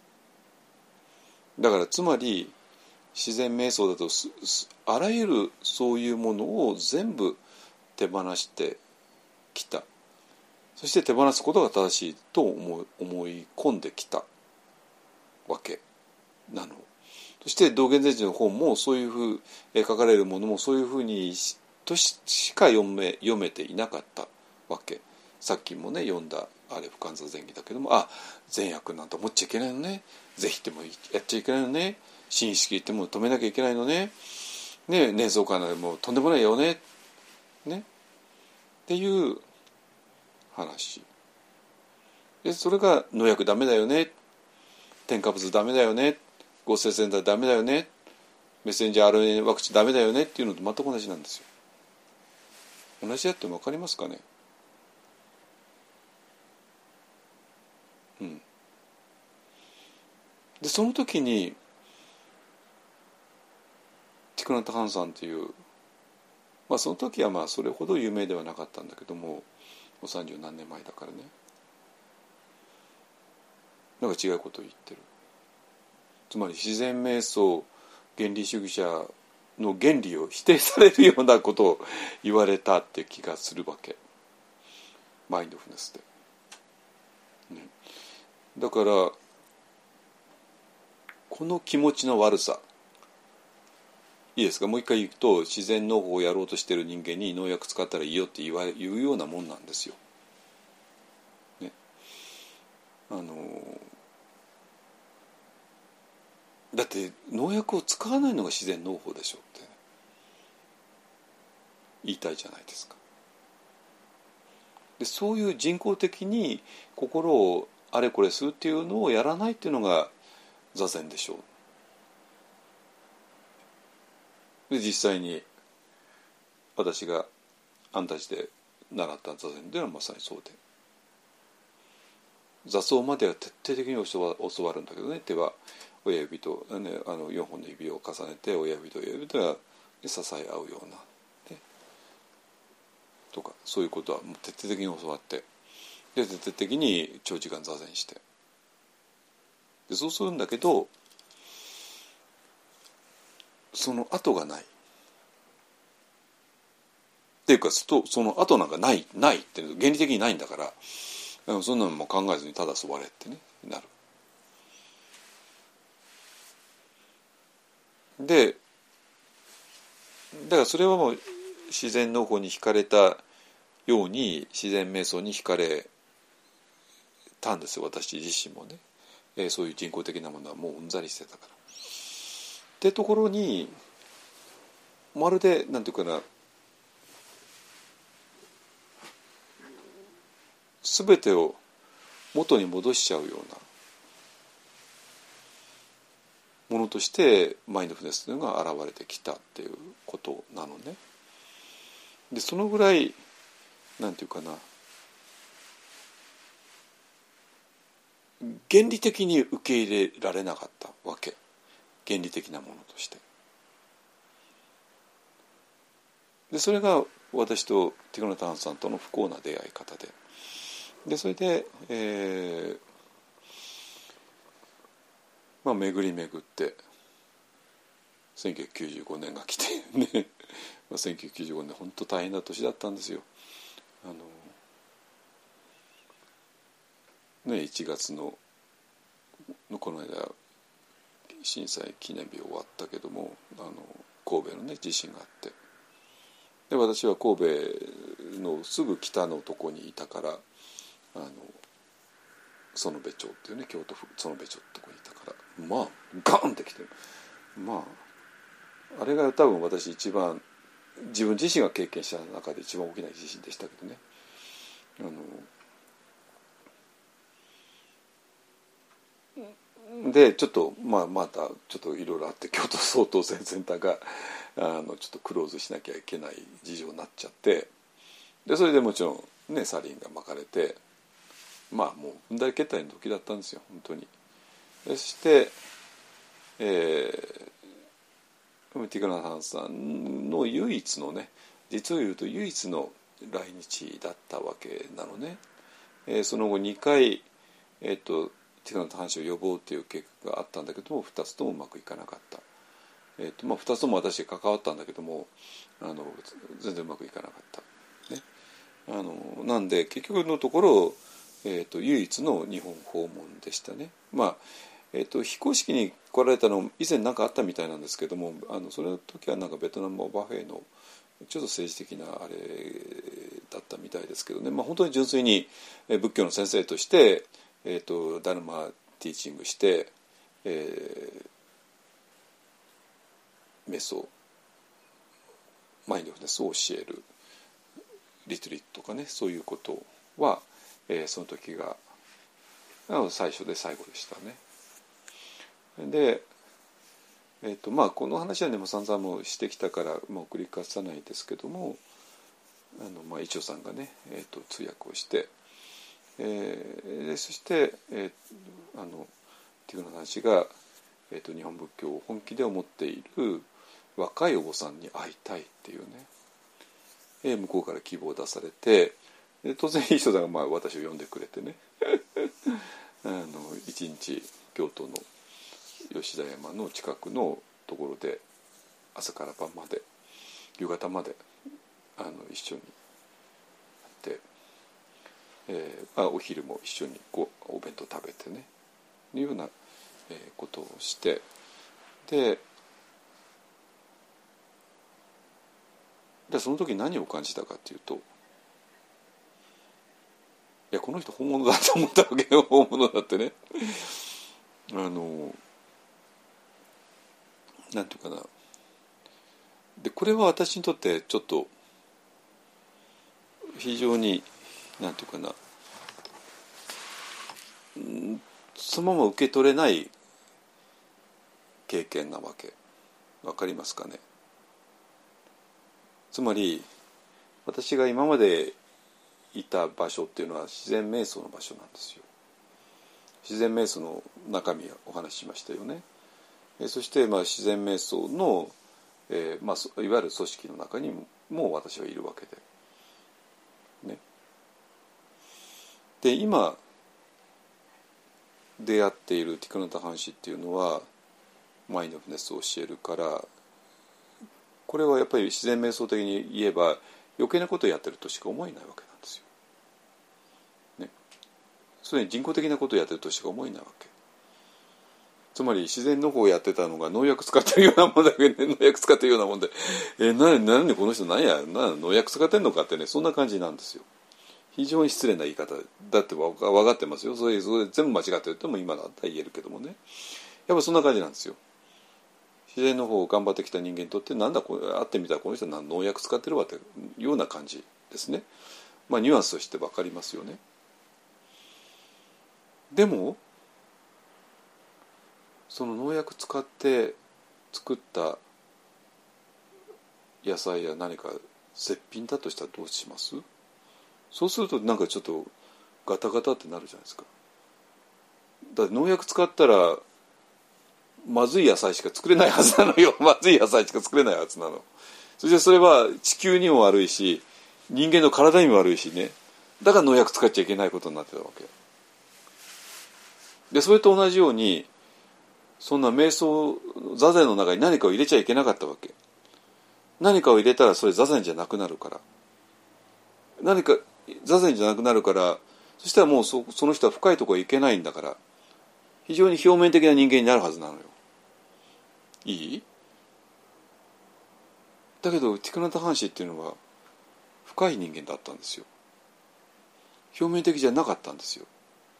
だからつまり自然瞑想だとあらゆるそういうものを全部手放してきた。そして手放すことが正しいと思い、思い込んできたわけなの。そして道元禅師の本もそういうふう書かれるものもそういうふうにとしか読め、読めていなかったわけ。さっきもね読んだあれ不完座禅儀だけども、あ、善悪なんて思っちゃいけないのね、是非ってもやっちゃいけないのね、心意識言っても止めなきゃいけないのね、ね、瞑想家ならもうとんでもないよね、ねっていう話で、それが農薬ダメだよね、添加物ダメだよね、合成洗剤ダメだよね、メッセンジャー アールエヌエー ワクチンダメだよねっていうのと全く同じなんですよ。同じだって分かりますかね。うん。でその時にティクナタ・ハンさんっていう、まあその時はまあそれほど有名ではなかったんだけども、もう三十何年前だからね、なんか違うことを言ってる。つまり自然瞑想原理主義者の原理を否定されるようなことを言われたって気がするわけ、マインドフルネスで、ね、だからこの気持ちの悪さ、いいですか、もう一回言うと、自然農法をやろうとしている人間に農薬使ったらいいよって言われ言うようなもんなんですよ、ね、あのだって農薬を使わないのが自然農法でしょって言いたいじゃないですか。でそういう人工的に心をあれこれするっていうのをやらないっていうのが座禅でしょう。で実際に私がアンタッチで習った座禅ではまさにそうで、座奏までは徹底的に教わるんだけどね、手は親指と、ね、あのよんほんの指を重ねて親指と親指と支え合うような、ね、とかそういうことはもう徹底的に教わって、で徹底的に長時間座禅して、でそうするんだけどその後がない。 っていうかその後なんかないないっていうの原理的にないんだから、そんなのも考えずにただ座れってねなる。でだからそれはもう自然の方に惹かれたように自然瞑想に惹かれたんですよ、私自身もね、えー、そういう人工的なものはもううんざりしてたから。ってところにまるでなんていうかな、全てを元に戻しちゃうようなものとしてマインドフルネスというのが現れてきたっていうことなのね。でそのぐらいなんていうかな、原理的に受け入れられなかったわけ、原理的なものとして。でそれが私とティクナタンさんとの不幸な出会い方で、でそれで、えーまあ、巡り巡ってせんきゅうひゃくきゅうじゅうごねんが来てねせんきゅうひゃくきゅうじゅうごねん本当大変な年だったんですよ。あの、ね、いちがつのこの間震災記念日終わったけども、あの神戸のね地震があって、で私は神戸のすぐ北のとこにいたから、あの園部町っていうね、京都府園部町ってとこにいたから、まあガーンってきて、まああれが多分私一番自分自身が経験した中で一番大きな地震でしたけどね。あのでちょっと、まあ、またちょっといろいろあって京都総統選センターがあのちょっとクローズしなきゃいけない事情になっちゃって、でそれでもちろんねサリンが巻かれて、まあもう踏んだり蹴ったりの時だったんですよ本当に。そして、えー、ティクナタンさんの唯一のね、実を言うと唯一の来日だったわけなのね。えー、その後にかい、えー、とティクナタン氏を呼ぼうという計画があったんだけどもふたつともうまくいかなかった。えーとまあ、ふたつとも私関わったんだけどもあの全然うまくいかなかった、ね、あのなんで結局のところ、えー、と唯一の日本訪問でしたね。まあえー、と非公式に来られたの以前何かあったみたいなんですけども、あのそれの時はなんかベトナムオバフェのちょっと政治的なあれだったみたいですけどね、まあ、本当に純粋に仏教の先生として、えー、とダルマティーチングして、えー、瞑想マインドフルネスを教えるリトリートとかね、そういうことは、えー、その時が最初で最後でしたね。で、えーとまあ、この話はねもう散々もしてきたからもう繰り返さないですけども、あの、まあ、一応さんがね、えー、と通訳をして、えー、そして、えー、あのティクナタン氏が、えー、と日本仏教を本気で思っている若いお坊さんに会いたいっていうね、えー、向こうから希望を出されて、で当然一緒さんがまあ私を呼んでくれてねあの一日京都の吉田山の近くのところで朝から晩まで夕方まであの一緒にやって、えーまあ、お昼も一緒にこうお弁当食べてねいうような、えー、ことをして、ででその時何を感じたかっていうと、いやこの人本物だと思ったわけよ。本物だってねあのなんていうかな、でこれは私にとってちょっと非常になんていうかな、そのまま受け取れない経験なわけ。わかりますかね。つまり私が今までいた場所っていうのは自然瞑想の場所なんですよ。自然瞑想の中身をお話ししましたよね。そしてまあ自然瞑想の、えーまあ、いわゆる組織の中にも私はいるわけで、ね、で今出会っているティクナタハン氏っていうのはマインドフルネスを教えるから、これはやっぱり自然瞑想的に言えば余計なことをやってるとしか思えないわけなんですよ。ね、それに人工的なことをやってるとしか思えないわけ。つまり自然の方をやってたのが農薬使ってるようなもんだけど、ね、農薬使ってるようなもんで、えななんでこの人何やな農薬使ってんのかってね、そんな感じなんですよ。非常に失礼な言い方だって分かってますよ。それそれ全部間違ってるっても今だったら言えるけどもね、やっぱそんな感じなんですよ。自然の方を頑張ってきた人間にとってなんだこれ会ってみたらこの人は農薬使ってるわっていうような感じですね。まあニュアンスとして分かりますよね。でもその農薬使って作った野菜や何か絶品だとしたらどうします？そうするとなんかちょっとガタガタってなるじゃないですか。だって農薬使ったらまずい野菜しか作れないはずなのよ。まずい野菜しか作れないはずなの。そしてそれは地球にも悪いし人間の体にも悪いしね。だから農薬使っちゃいけないことになってたわけで、それと同じようにそんな瞑想座禅の中に何かを入れちゃいけなかったわけ。何かを入れたらそれ座禅じゃなくなるから、何か座禅じゃなくなるから、そしたらもう そ, その人は深いところへ行けないんだから、非常に表面的な人間になるはずなのよ。いい？だけどティクナタ・ハンシーっていうのは深い人間だったんですよ。表面的じゃなかったんですよ。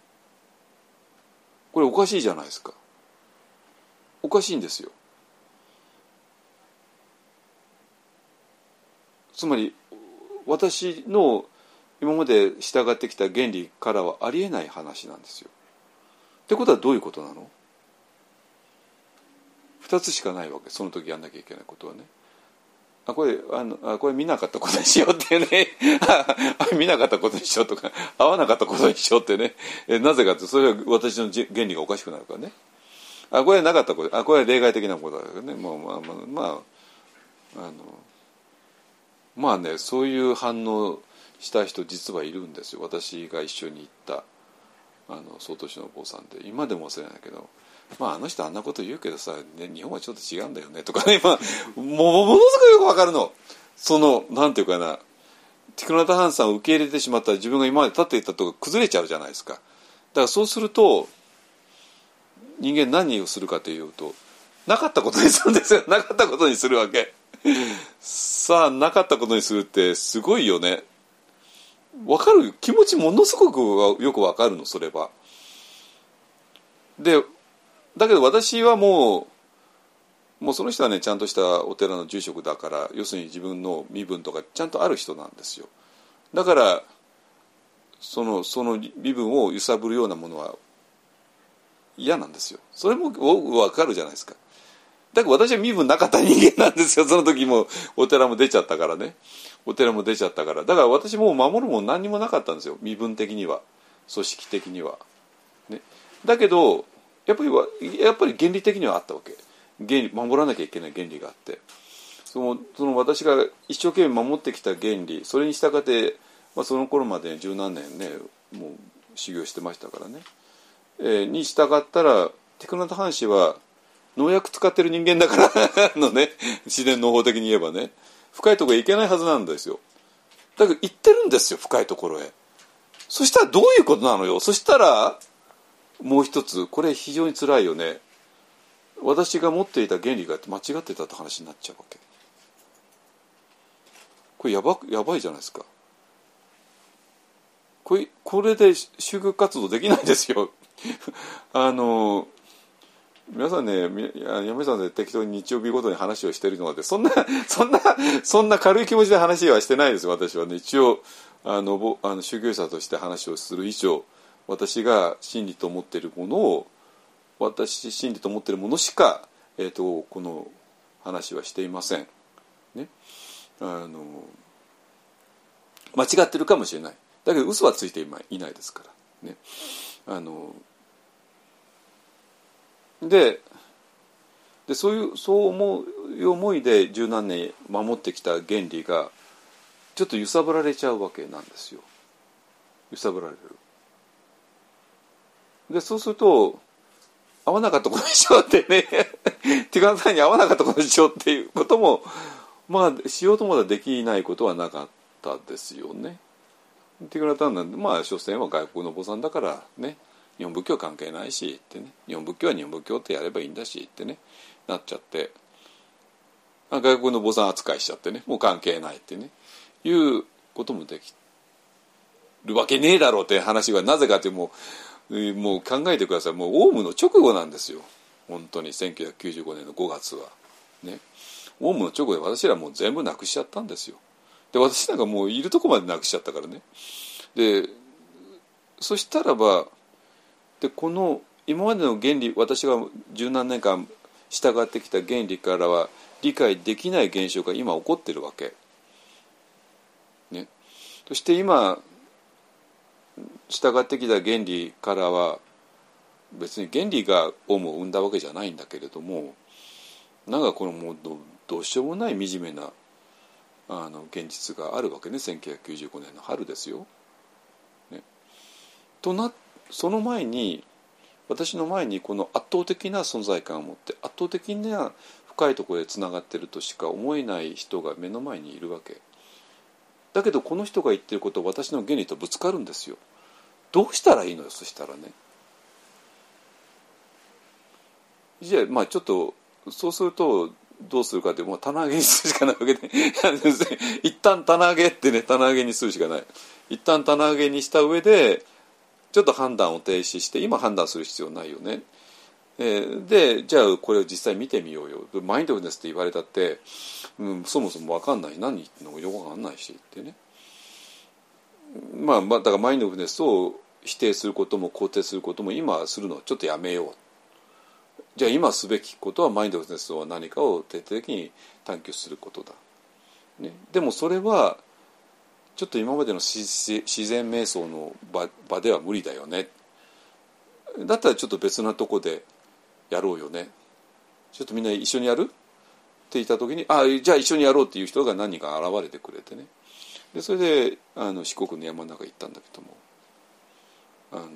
これおかしいじゃないですか。おかしいんですよ。つまり私の今まで従ってきた原理からはありえない話なんですよ。ってことはどういうことなの？二つしかないわけ。その時やんなきゃいけないことはね。あこれあのあこれ見なかったことにしようってねあ見なかったことにしようとか合わなかったことにしようってね、えなぜかってそれは私の原理がおかしくなるからね。あこれはなかったこと、あこれは例外的なことだからね。もうまあまあまああのまあね、そういう反応した人実はいるんですよ。私が一緒に行ったあの曹洞宗のお坊さんで、今でも忘れないけど、まああの人あんなこと言うけどさ、ね、日本はちょっと違うんだよねとかね、まあ、も, ものすごいよくわかるの。そのなんていうかな、ティクナタ・ハンさんを受け入れてしまったら自分が今まで立っていたところが崩れちゃうじゃないですか。だからそうすると人間何をするかというと、なかったことにするんですよ。なかったことにするわけ。さあなかったことにするってすごいよね。わかる？気持ちものすごくよくわかるの、それは。でだけど私はもうもうその人はねちゃんとしたお寺の住職だから、要するに自分の身分とかちゃんとある人なんですよ。だからそのその身分を揺さぶるようなものは嫌なんですよ。それもわかるじゃないですか。だから私は身分なかった人間なんですよ。その時もお寺も出ちゃったからね。お寺も出ちゃったから。だから私もう守るもん何にもなかったんですよ。身分的には、組織的には。ね、だけどやっぱりやっぱり原理的にはあったわけ。原理守らなきゃいけない原理があって、そのその私が一生懸命守ってきた原理、それに従って、まあ、その頃まで十何年ねもう修行してましたからね、えー、に従ったらティクナタ・ハン氏は農薬使ってる人間だからのね、自然農法的に言えばね、深いところへ行けないはずなんですよ。だけど行ってるんですよ、深いところへ。そしたらどういうことなのよ。そしたらもう一つ、これ非常に辛いよね。私が持っていた原理が間違ってたって話になっちゃうわけ。これやば、やばいじゃないですか。これ、これで宗教活動できないですよあの皆さんね、山さんで適当に日曜日ごとに話をしているので、そんなそんなそんな軽い気持ちで話はしてないです。私はね、一応あのあの宗教者として話をする以上、私が真理と思っているものを、私真理と思っているものしか、えーと、この話はしていません。ね、あの間違ってるかもしれない。だけど嘘はついていないですから。ね、あので, でそういうそう思う思いで十何年守ってきた原理がちょっと揺さぶられちゃうわけなんですよ。揺さぶられる。でそうすると合わなかったことにしようってねティカナさんに合わなかったことにしようっていうこともまあしようともできないことはなかったですよね。って言われたんで、まあ所詮は外国のお坊さんだからね、日本仏教関係ないしってね、日本仏教は日本仏教ってやればいいんだしってねなっちゃって、外国のお坊さん扱いしちゃってね、もう関係ないってねいうこともできるわけねえだろうって話が、なぜかってもうもう考えてください。もうオウムの直後なんですよ、本当にせんきゅうひゃくきゅうじゅうごねんのごがつはね。オウムの直後で私らもう全部なくしちゃったんですよ。で私なんかもういるとこまでなくしちゃったからね。でそしたらばでこの今までの原理、私が十何年間従ってきた原理からは理解できない現象が今起こってるわけ、ね、そして今従ってきた原理からは別に原理がオウムを生んだわけじゃないんだけれども、なんかこのもう ど, どうしようもない惨めなあの現実があるわけね。せんきゅうひゃくきゅうじゅうごねんの春ですよ、ね、となその前に私の前にこの圧倒的な存在感を持って圧倒的な深いところでつながってるとしか思えない人が目の前にいるわけだけど、この人が言ってることは私の原理とぶつかるんですよ。どうしたらいいのよ。そしたらね、じゃあまあちょっとそうするとどうするかって、もう棚上げにするしかないわけで一旦棚上げってね、棚上げにするしかない。一旦棚上げにした上でちょっと判断を停止して、今判断する必要ないよね、えー、でじゃあこれを実際見てみようよ。マインドフルネスって言われたって、うん、そもそも分かんない、何言ってるのかよく分かんないしってね、まあ、まあだからマインドフルネスを否定することも肯定することも今するのをちょっとやめよう。じゃあ今すべきことはマインドフルネスは何かを徹底的に探求することだ、ね、でもそれはちょっと今までの自然瞑想の 場, 場では無理だよね。だったらちょっと別なとこでやろうよね。ちょっとみんな一緒にやるって言った時に、あじゃあ一緒にやろうっていう人が何人か現れてくれてね。でそれであの四国の山の中行ったんだけども、あの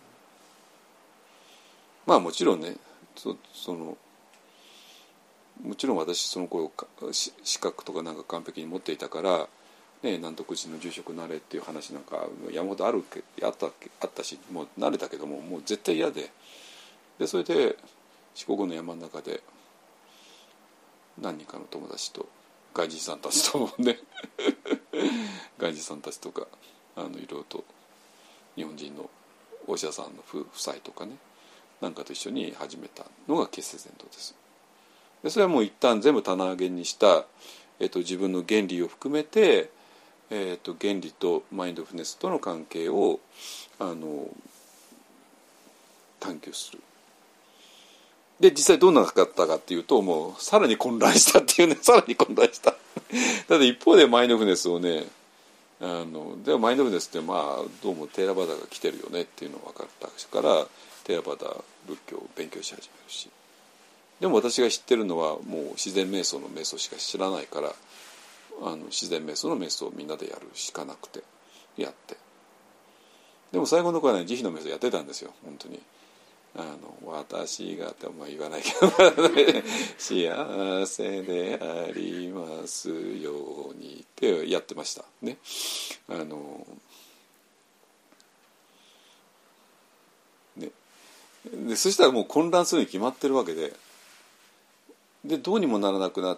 まあもちろんね、そ, そのもちろん私その頃資格とかなんか完璧に持っていたから、ね、南徳寺の住職になれっていう話なんか山ほどあるあったあったし、もう慣れたけども、もう絶対嫌で、でそれで四国の山の中で何人かの友達と外人さんたちとね外人さんたちとかあのいろいろと日本人のお医者さんの夫妻とかねなんかと一緒に始めたのが結成禅道です。でそれはもう一旦全部棚上げにした、えっと、自分の原理を含めて、えっと、原理とマインドフルネスとの関係をあの探求する。で実際どうなかったかっていうと、もうさらに混乱したっていうねさらに混乱しただって一方でマインドフルネスをね、あのでもマインドフルネスってまあどうもテーラバダが来てるよねっていうのが分かったからテーラバダ仏教を勉強し始めるし、でも私が知ってるのはもう自然瞑想の瞑想しか知らないから、あの自然瞑想の瞑想をみんなでやるしかなくてやって、でも最後の頃はね慈悲の瞑想やってたんですよ本当に。あの私がってあんま言わないけど幸せでありますようにってやってましたね。あのねでそしたらもう混乱するに決まってるわけで、でどうにもならなくなって、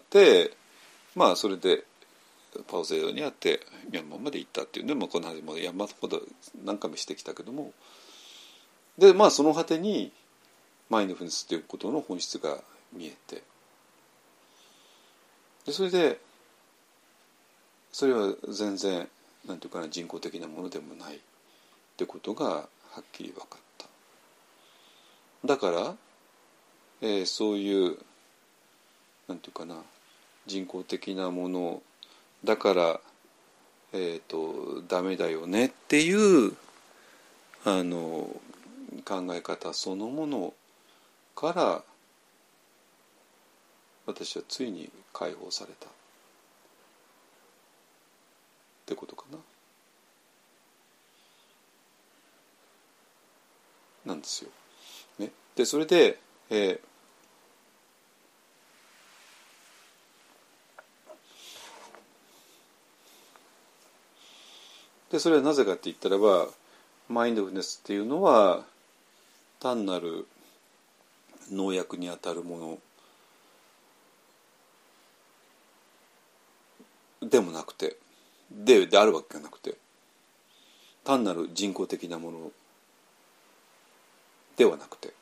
まあそれでパオセイドにあってミャンマーまで行ったっていうね、まあ、この話も山ほど何回もしてきたけども、でまあその果てにマインドフルネスということの本質が見えて、でそれでそれは全然なんていうかな人工的なものでもないってことがはっきり分かった。だから、えー、そういうなんていうかな人工的なものだから、えーと、ダメだよねっていうあの考え方そのものから私はついに解放されたってことかななんですよ。ね、でそれで、えーでそれはなぜかって言ったらば、マインドフルネスっていうのは単なる農薬にあたるものでもなくて、でであるわけがなくて、単なる人工的なものではなくて、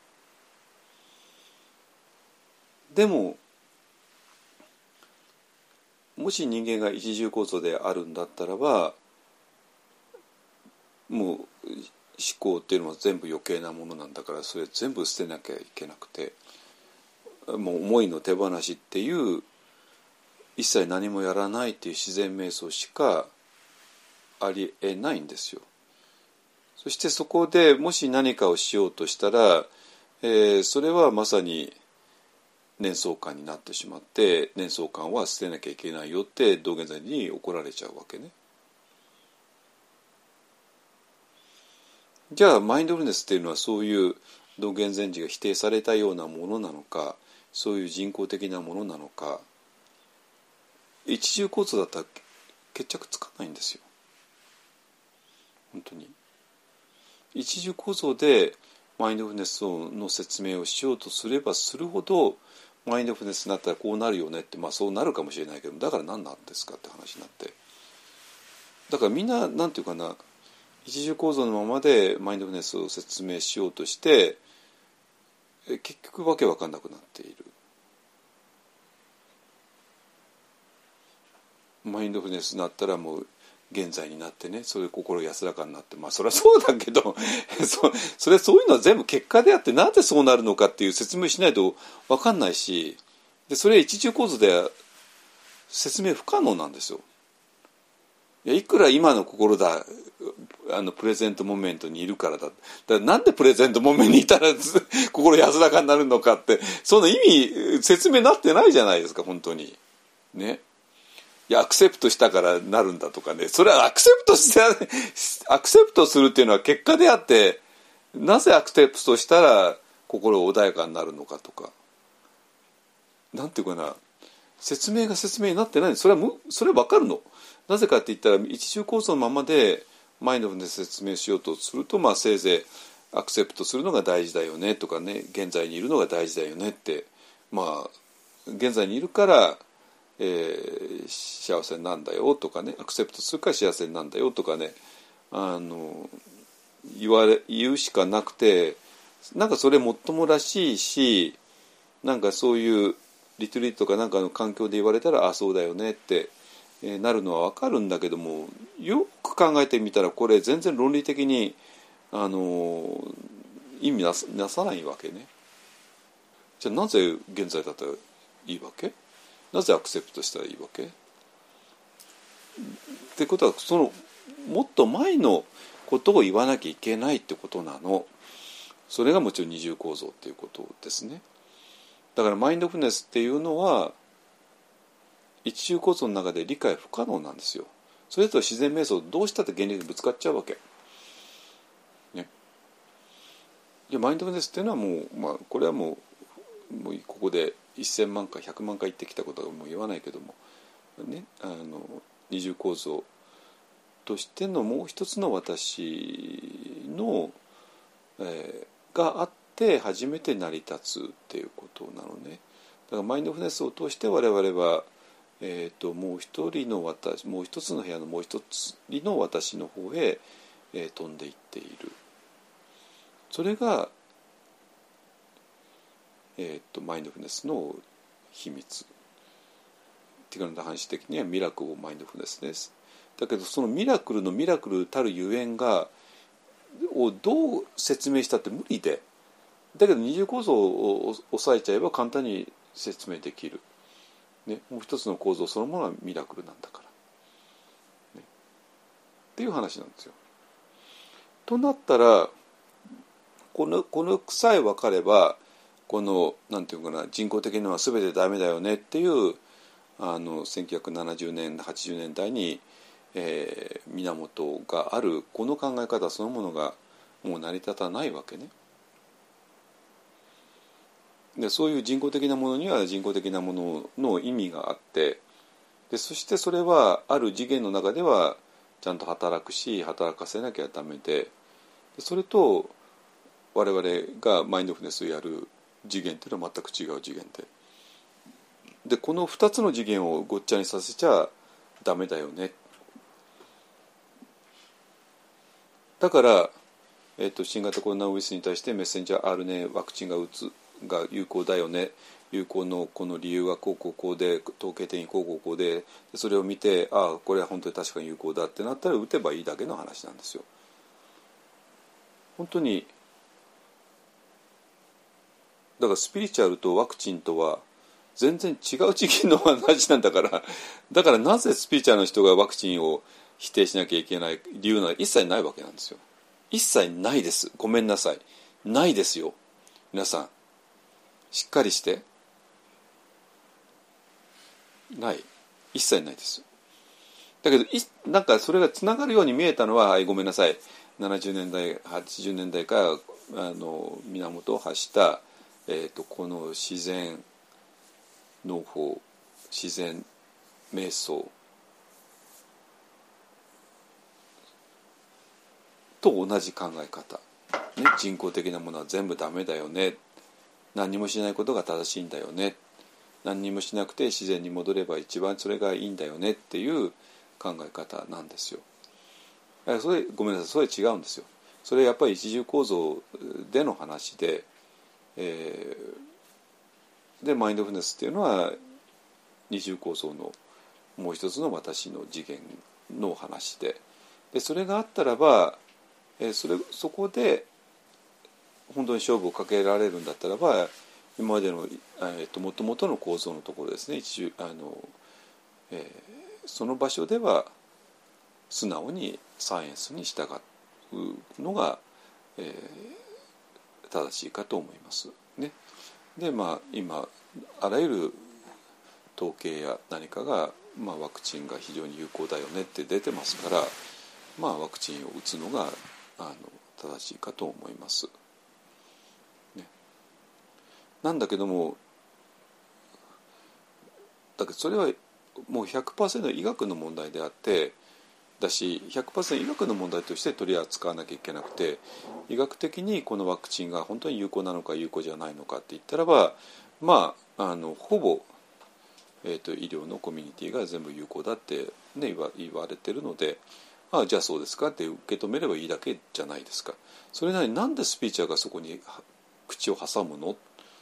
でももし人間が一重構造であるんだったらば、もう思考っていうのは全部余計なものなんだから、それ全部捨てなきゃいけなくて、もう思いの手放しっていう一切何もやらないっていう自然瞑想しかありえないんですよ。そしてそこでもし何かをしようとしたら、えー、それはまさに念想感になってしまって、念想感は捨てなきゃいけないよって道元禅師に怒られちゃうわけね。じゃあマインドフルネスっていうのはそういう道元禅師が否定されたようなものなのか、そういう人工的なものなのか、一重構造だったら決着つかないんですよ。本当に一重構造でマインドフルネスの説明をしようとすればするほど、マインドフルネスになったらこうなるよねって、まあそうなるかもしれないけど、だから何なんですかって話になって、だからみんななんていうかな、一重構造のままでマインドフルネスを説明しようとして結局わけわかんなくなっている。マインドフルネスになったらもう現在になってね、それで心安らかになって、まあそれはそうだけどそ, それそういうのは全部結果であって、なんでそうなるのかっていう説明しないと分かんないし、でそれ一重構造では説明不可能なんですよ。いや、いくら今の心だ、あのプレゼントモメントにいるからだ、だからなんでプレゼントモメントにいたら心安らかになるのかって、その意味説明になってないじゃないですか本当にね。いやアクセプトしたからなるんだとかね、それはアクセプトしてアクセプトするっていうのは結果であって、なぜアクセプトしたら心穏やかになるのかとか、なんていうかな、説明が説明になってない。それはむそれは分かるの。なぜかって言ったら一重構造のままでマインドフルネス説明しようとすると、まあせいぜいアクセプトするのが大事だよねとかね、現在にいるのが大事だよねって、まあ現在にいるからえー、幸せなんだよとかね、アクセプトするから幸せなんだよとかね、あの言われ言うしかなくて、なんかそれもっともらしいし、なんかそういうリトリートとかなんかの環境で言われたら、あそうだよねって、えー、なるのは分かるんだけども、よく考えてみたらこれ全然論理的にあの意味な さ, なさないわけね。じゃあなぜ現在だったらいいわけ？なぜアクセプトしたらいいわけ？ってことは、そのもっと前のことを言わなきゃいけないってことなの。それがもちろん二重構造っていうことですね。だからマインドフルネスっていうのは一重構造の中で理解不可能なんですよ。それと自然瞑想どうしたって原理にぶつかっちゃうわけ、ね、でマインドフルネスっていうのはもう、まあ、これはもう、もうここでせんまん回ひゃくまん回言ってきたことはもう言わないけども、ね、あの二重構造としてのもう一つの私の、えー、があって初めて成り立つっていうことなのね。だからマインドフルネスを通して我々は、えー、ともう一人の私、もう一つの部屋のもう一つの私の方へ、えー、飛んでいっている。それがえー、とマインドフルネスの秘密っていうか、話的にはミラクルをマインドフルネスです。だけどそのミラクルのミラクルたるゆえんがをどう説明したって無理で、だけど二重構造を抑えちゃえば簡単に説明できる、ね、もう一つの構造そのものはミラクルなんだから、ね、っていう話なんですよ。となったらこのこのさえ分かれば、このなんていうかな、人工的なのは全てダメだよねっていうあのせんきゅうひゃくななじゅうねんはちじゅうねんだいに、えー、源があるこの考え方そのものがもう成り立たないわけね。でそういう人工的なものには人工的なものの意味があって、でそしてそれはある次元の中ではちゃんと働くし働かせなきゃダメで、それと我々がマインドフルネスをやる次元っていうのは全く違う次元で、でこのふたつの次元をごっちゃにさせちゃダメだよね。だから、えー、と新型コロナウイルスに対してメッセンジャー アールエヌエー ワクチンが打つが有効だよね、有効のこの理由はこうこうこうで統計的にこうこうこうで、それを見てああこれは本当に確かに有効だってなったら打てばいいだけの話なんですよ。本当にだからスピリチュアルとワクチンとは全然違う次元の話なんだから、だからなぜスピリチュアルの人がワクチンを否定しなきゃいけない理由など一切ないわけなんですよ。一切ないです。ごめんなさい、ないですよ。皆さんしっかりして、ない、一切ないです。だけどいなんかそれがつながるように見えたのは、はい、ごめんなさい、ななじゅうねんだいはちじゅうねんだいからあの源を発した、えー、とこの自然農法、自然瞑想と同じ考え方、ね、人工的なものは全部ダメだよね、何にもしないことが正しいんだよね、何にもしなくて自然に戻れば一番それがいいんだよねっていう考え方なんですよ。それごめんなさい、それ違うんですよ。それやっぱり一重構造での話で、えー、でマインドフルネスっていうのは二重構造のもう一つの私の次元の話で、でそれがあったらば、えー、それそこで本当に勝負をかけられるんだったらば、今までの、えー、と元々の構造のところですね、一重あの、えー、その場所では素直にサイエンスに従うのが、えー、正しいかと思いますね。でまあ今あらゆる統計や何かが、まあ、ワクチンが非常に有効だよねって出てますから、まあ、ワクチンを打つのがあの正しいかと思います、ね、なんだけども、だけどそれはもう ひゃくパーセント 医学の問題であってだし ひゃくパーセント 医学の問題として取り扱わなきゃいけなくて、医学的にこのワクチンが本当に有効なのか有効じゃないのかって言ったらば、まああのほぼえー、と医療のコミュニティが全部有効だって、ね、言わ、言われてるので、ああじゃあそうですかって受け止めればいいだけじゃないですか。それなりになんでスピーチャーがそこに口を挟むの、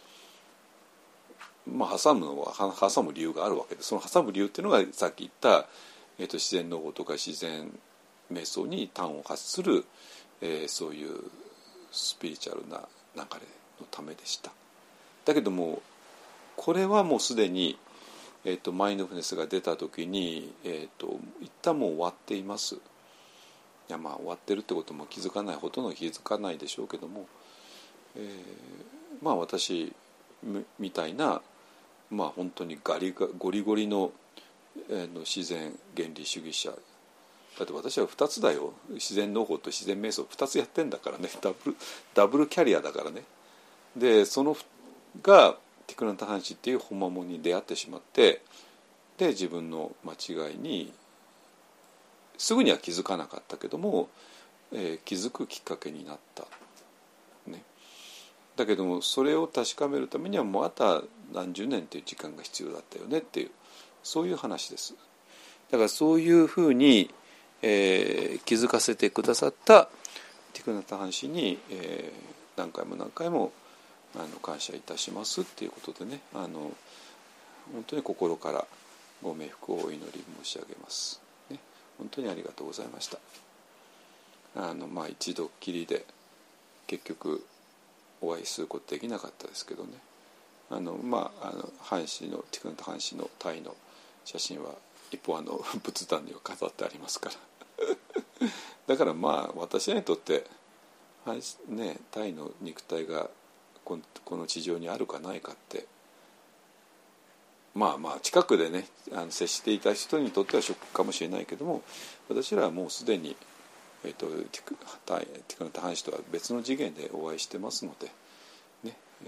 まあ、挟むのは挟む理由があるわけで、その挟む理由っていうのがさっき言った、えー、と自然農法とか自然瞑想に端を発する、えー、そういうスピリチュアルな流れのためでした。だけどもこれはもうすでにえー、とマインドフルネスが出た時に、えー、と一旦もう終わっています。いやまあ終わってるってことも気づかない、ほとんど気づかないでしょうけども、えー、まあ私みたいな、まあ本当にガリガゴリゴリの、えー、の自然原理主義者だって、私はふたつだよ、自然農法と自然瞑想ふたつやってんだからね、ダブルダブルキャリアだからね。でそのがティクナタハンシっていうホンマモンに出会ってしまって、で自分の間違いにすぐには気づかなかったけども、えー、気づくきっかけになった、ね、だけどもそれを確かめるためにはもうあと何十年という時間が必要だったよねっていう、そういう話です。だからそういうふうに、えー、気づかせてくださったティクナタハンシに、えー、何回も何回もあの感謝いたしますっていうことでね、あの本当に心からご冥福をお祈り申し上げます、ね、本当にありがとうございました。あのまあ一度きりで結局お会いすることできなかったですけどね、あのまああの藩士のティクナタ藩士のタイの写真は一方あの仏壇には飾ってありますからだからまあ私にとってね、タイの肉体がこの地上にあるかないかって、まあまあ近くでねあの接していた人にとってはショックかもしれないけども、私らはもうすでに、えー、とティクタイティクナタハンシとは別の次元でお会いしてますので、ねえー、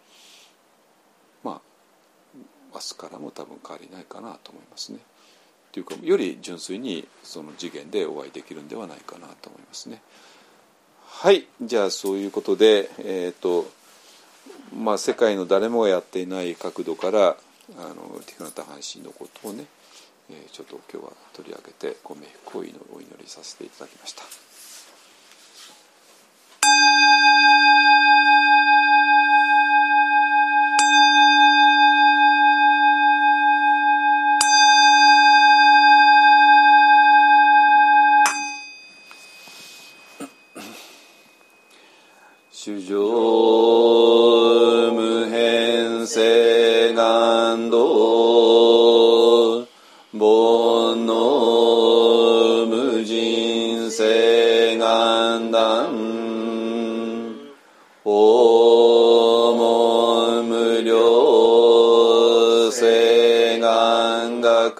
まあ明日からも多分変わりないかなと思いますね。 っていうかより純粋にその次元でお会いできるんではないかなと思いますね。はい、じゃあそういうことで、えーとまあ、世界の誰もがやっていない角度からあのティクナタ阪神のことをね、えー、ちょっと今日は取り上げてご冥福をお祈りさせていただきました。主上無変性願道煩悩無尽性願断訪問無量性願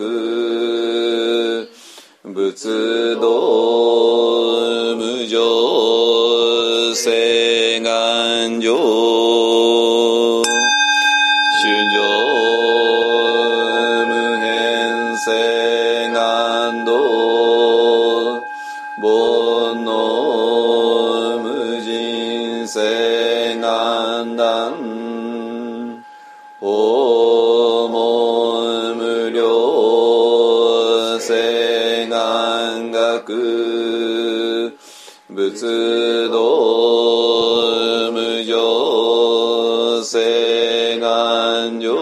学仏道無常性願上主上無変性願道煩悩無尽性願断訪問無量性願学仏道無常性願上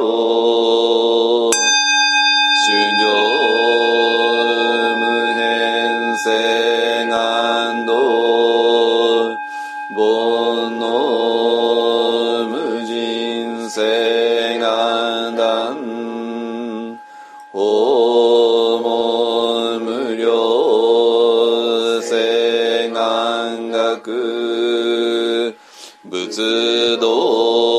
主上無変性願道煩悩無尽性願断訪問無量性願学仏道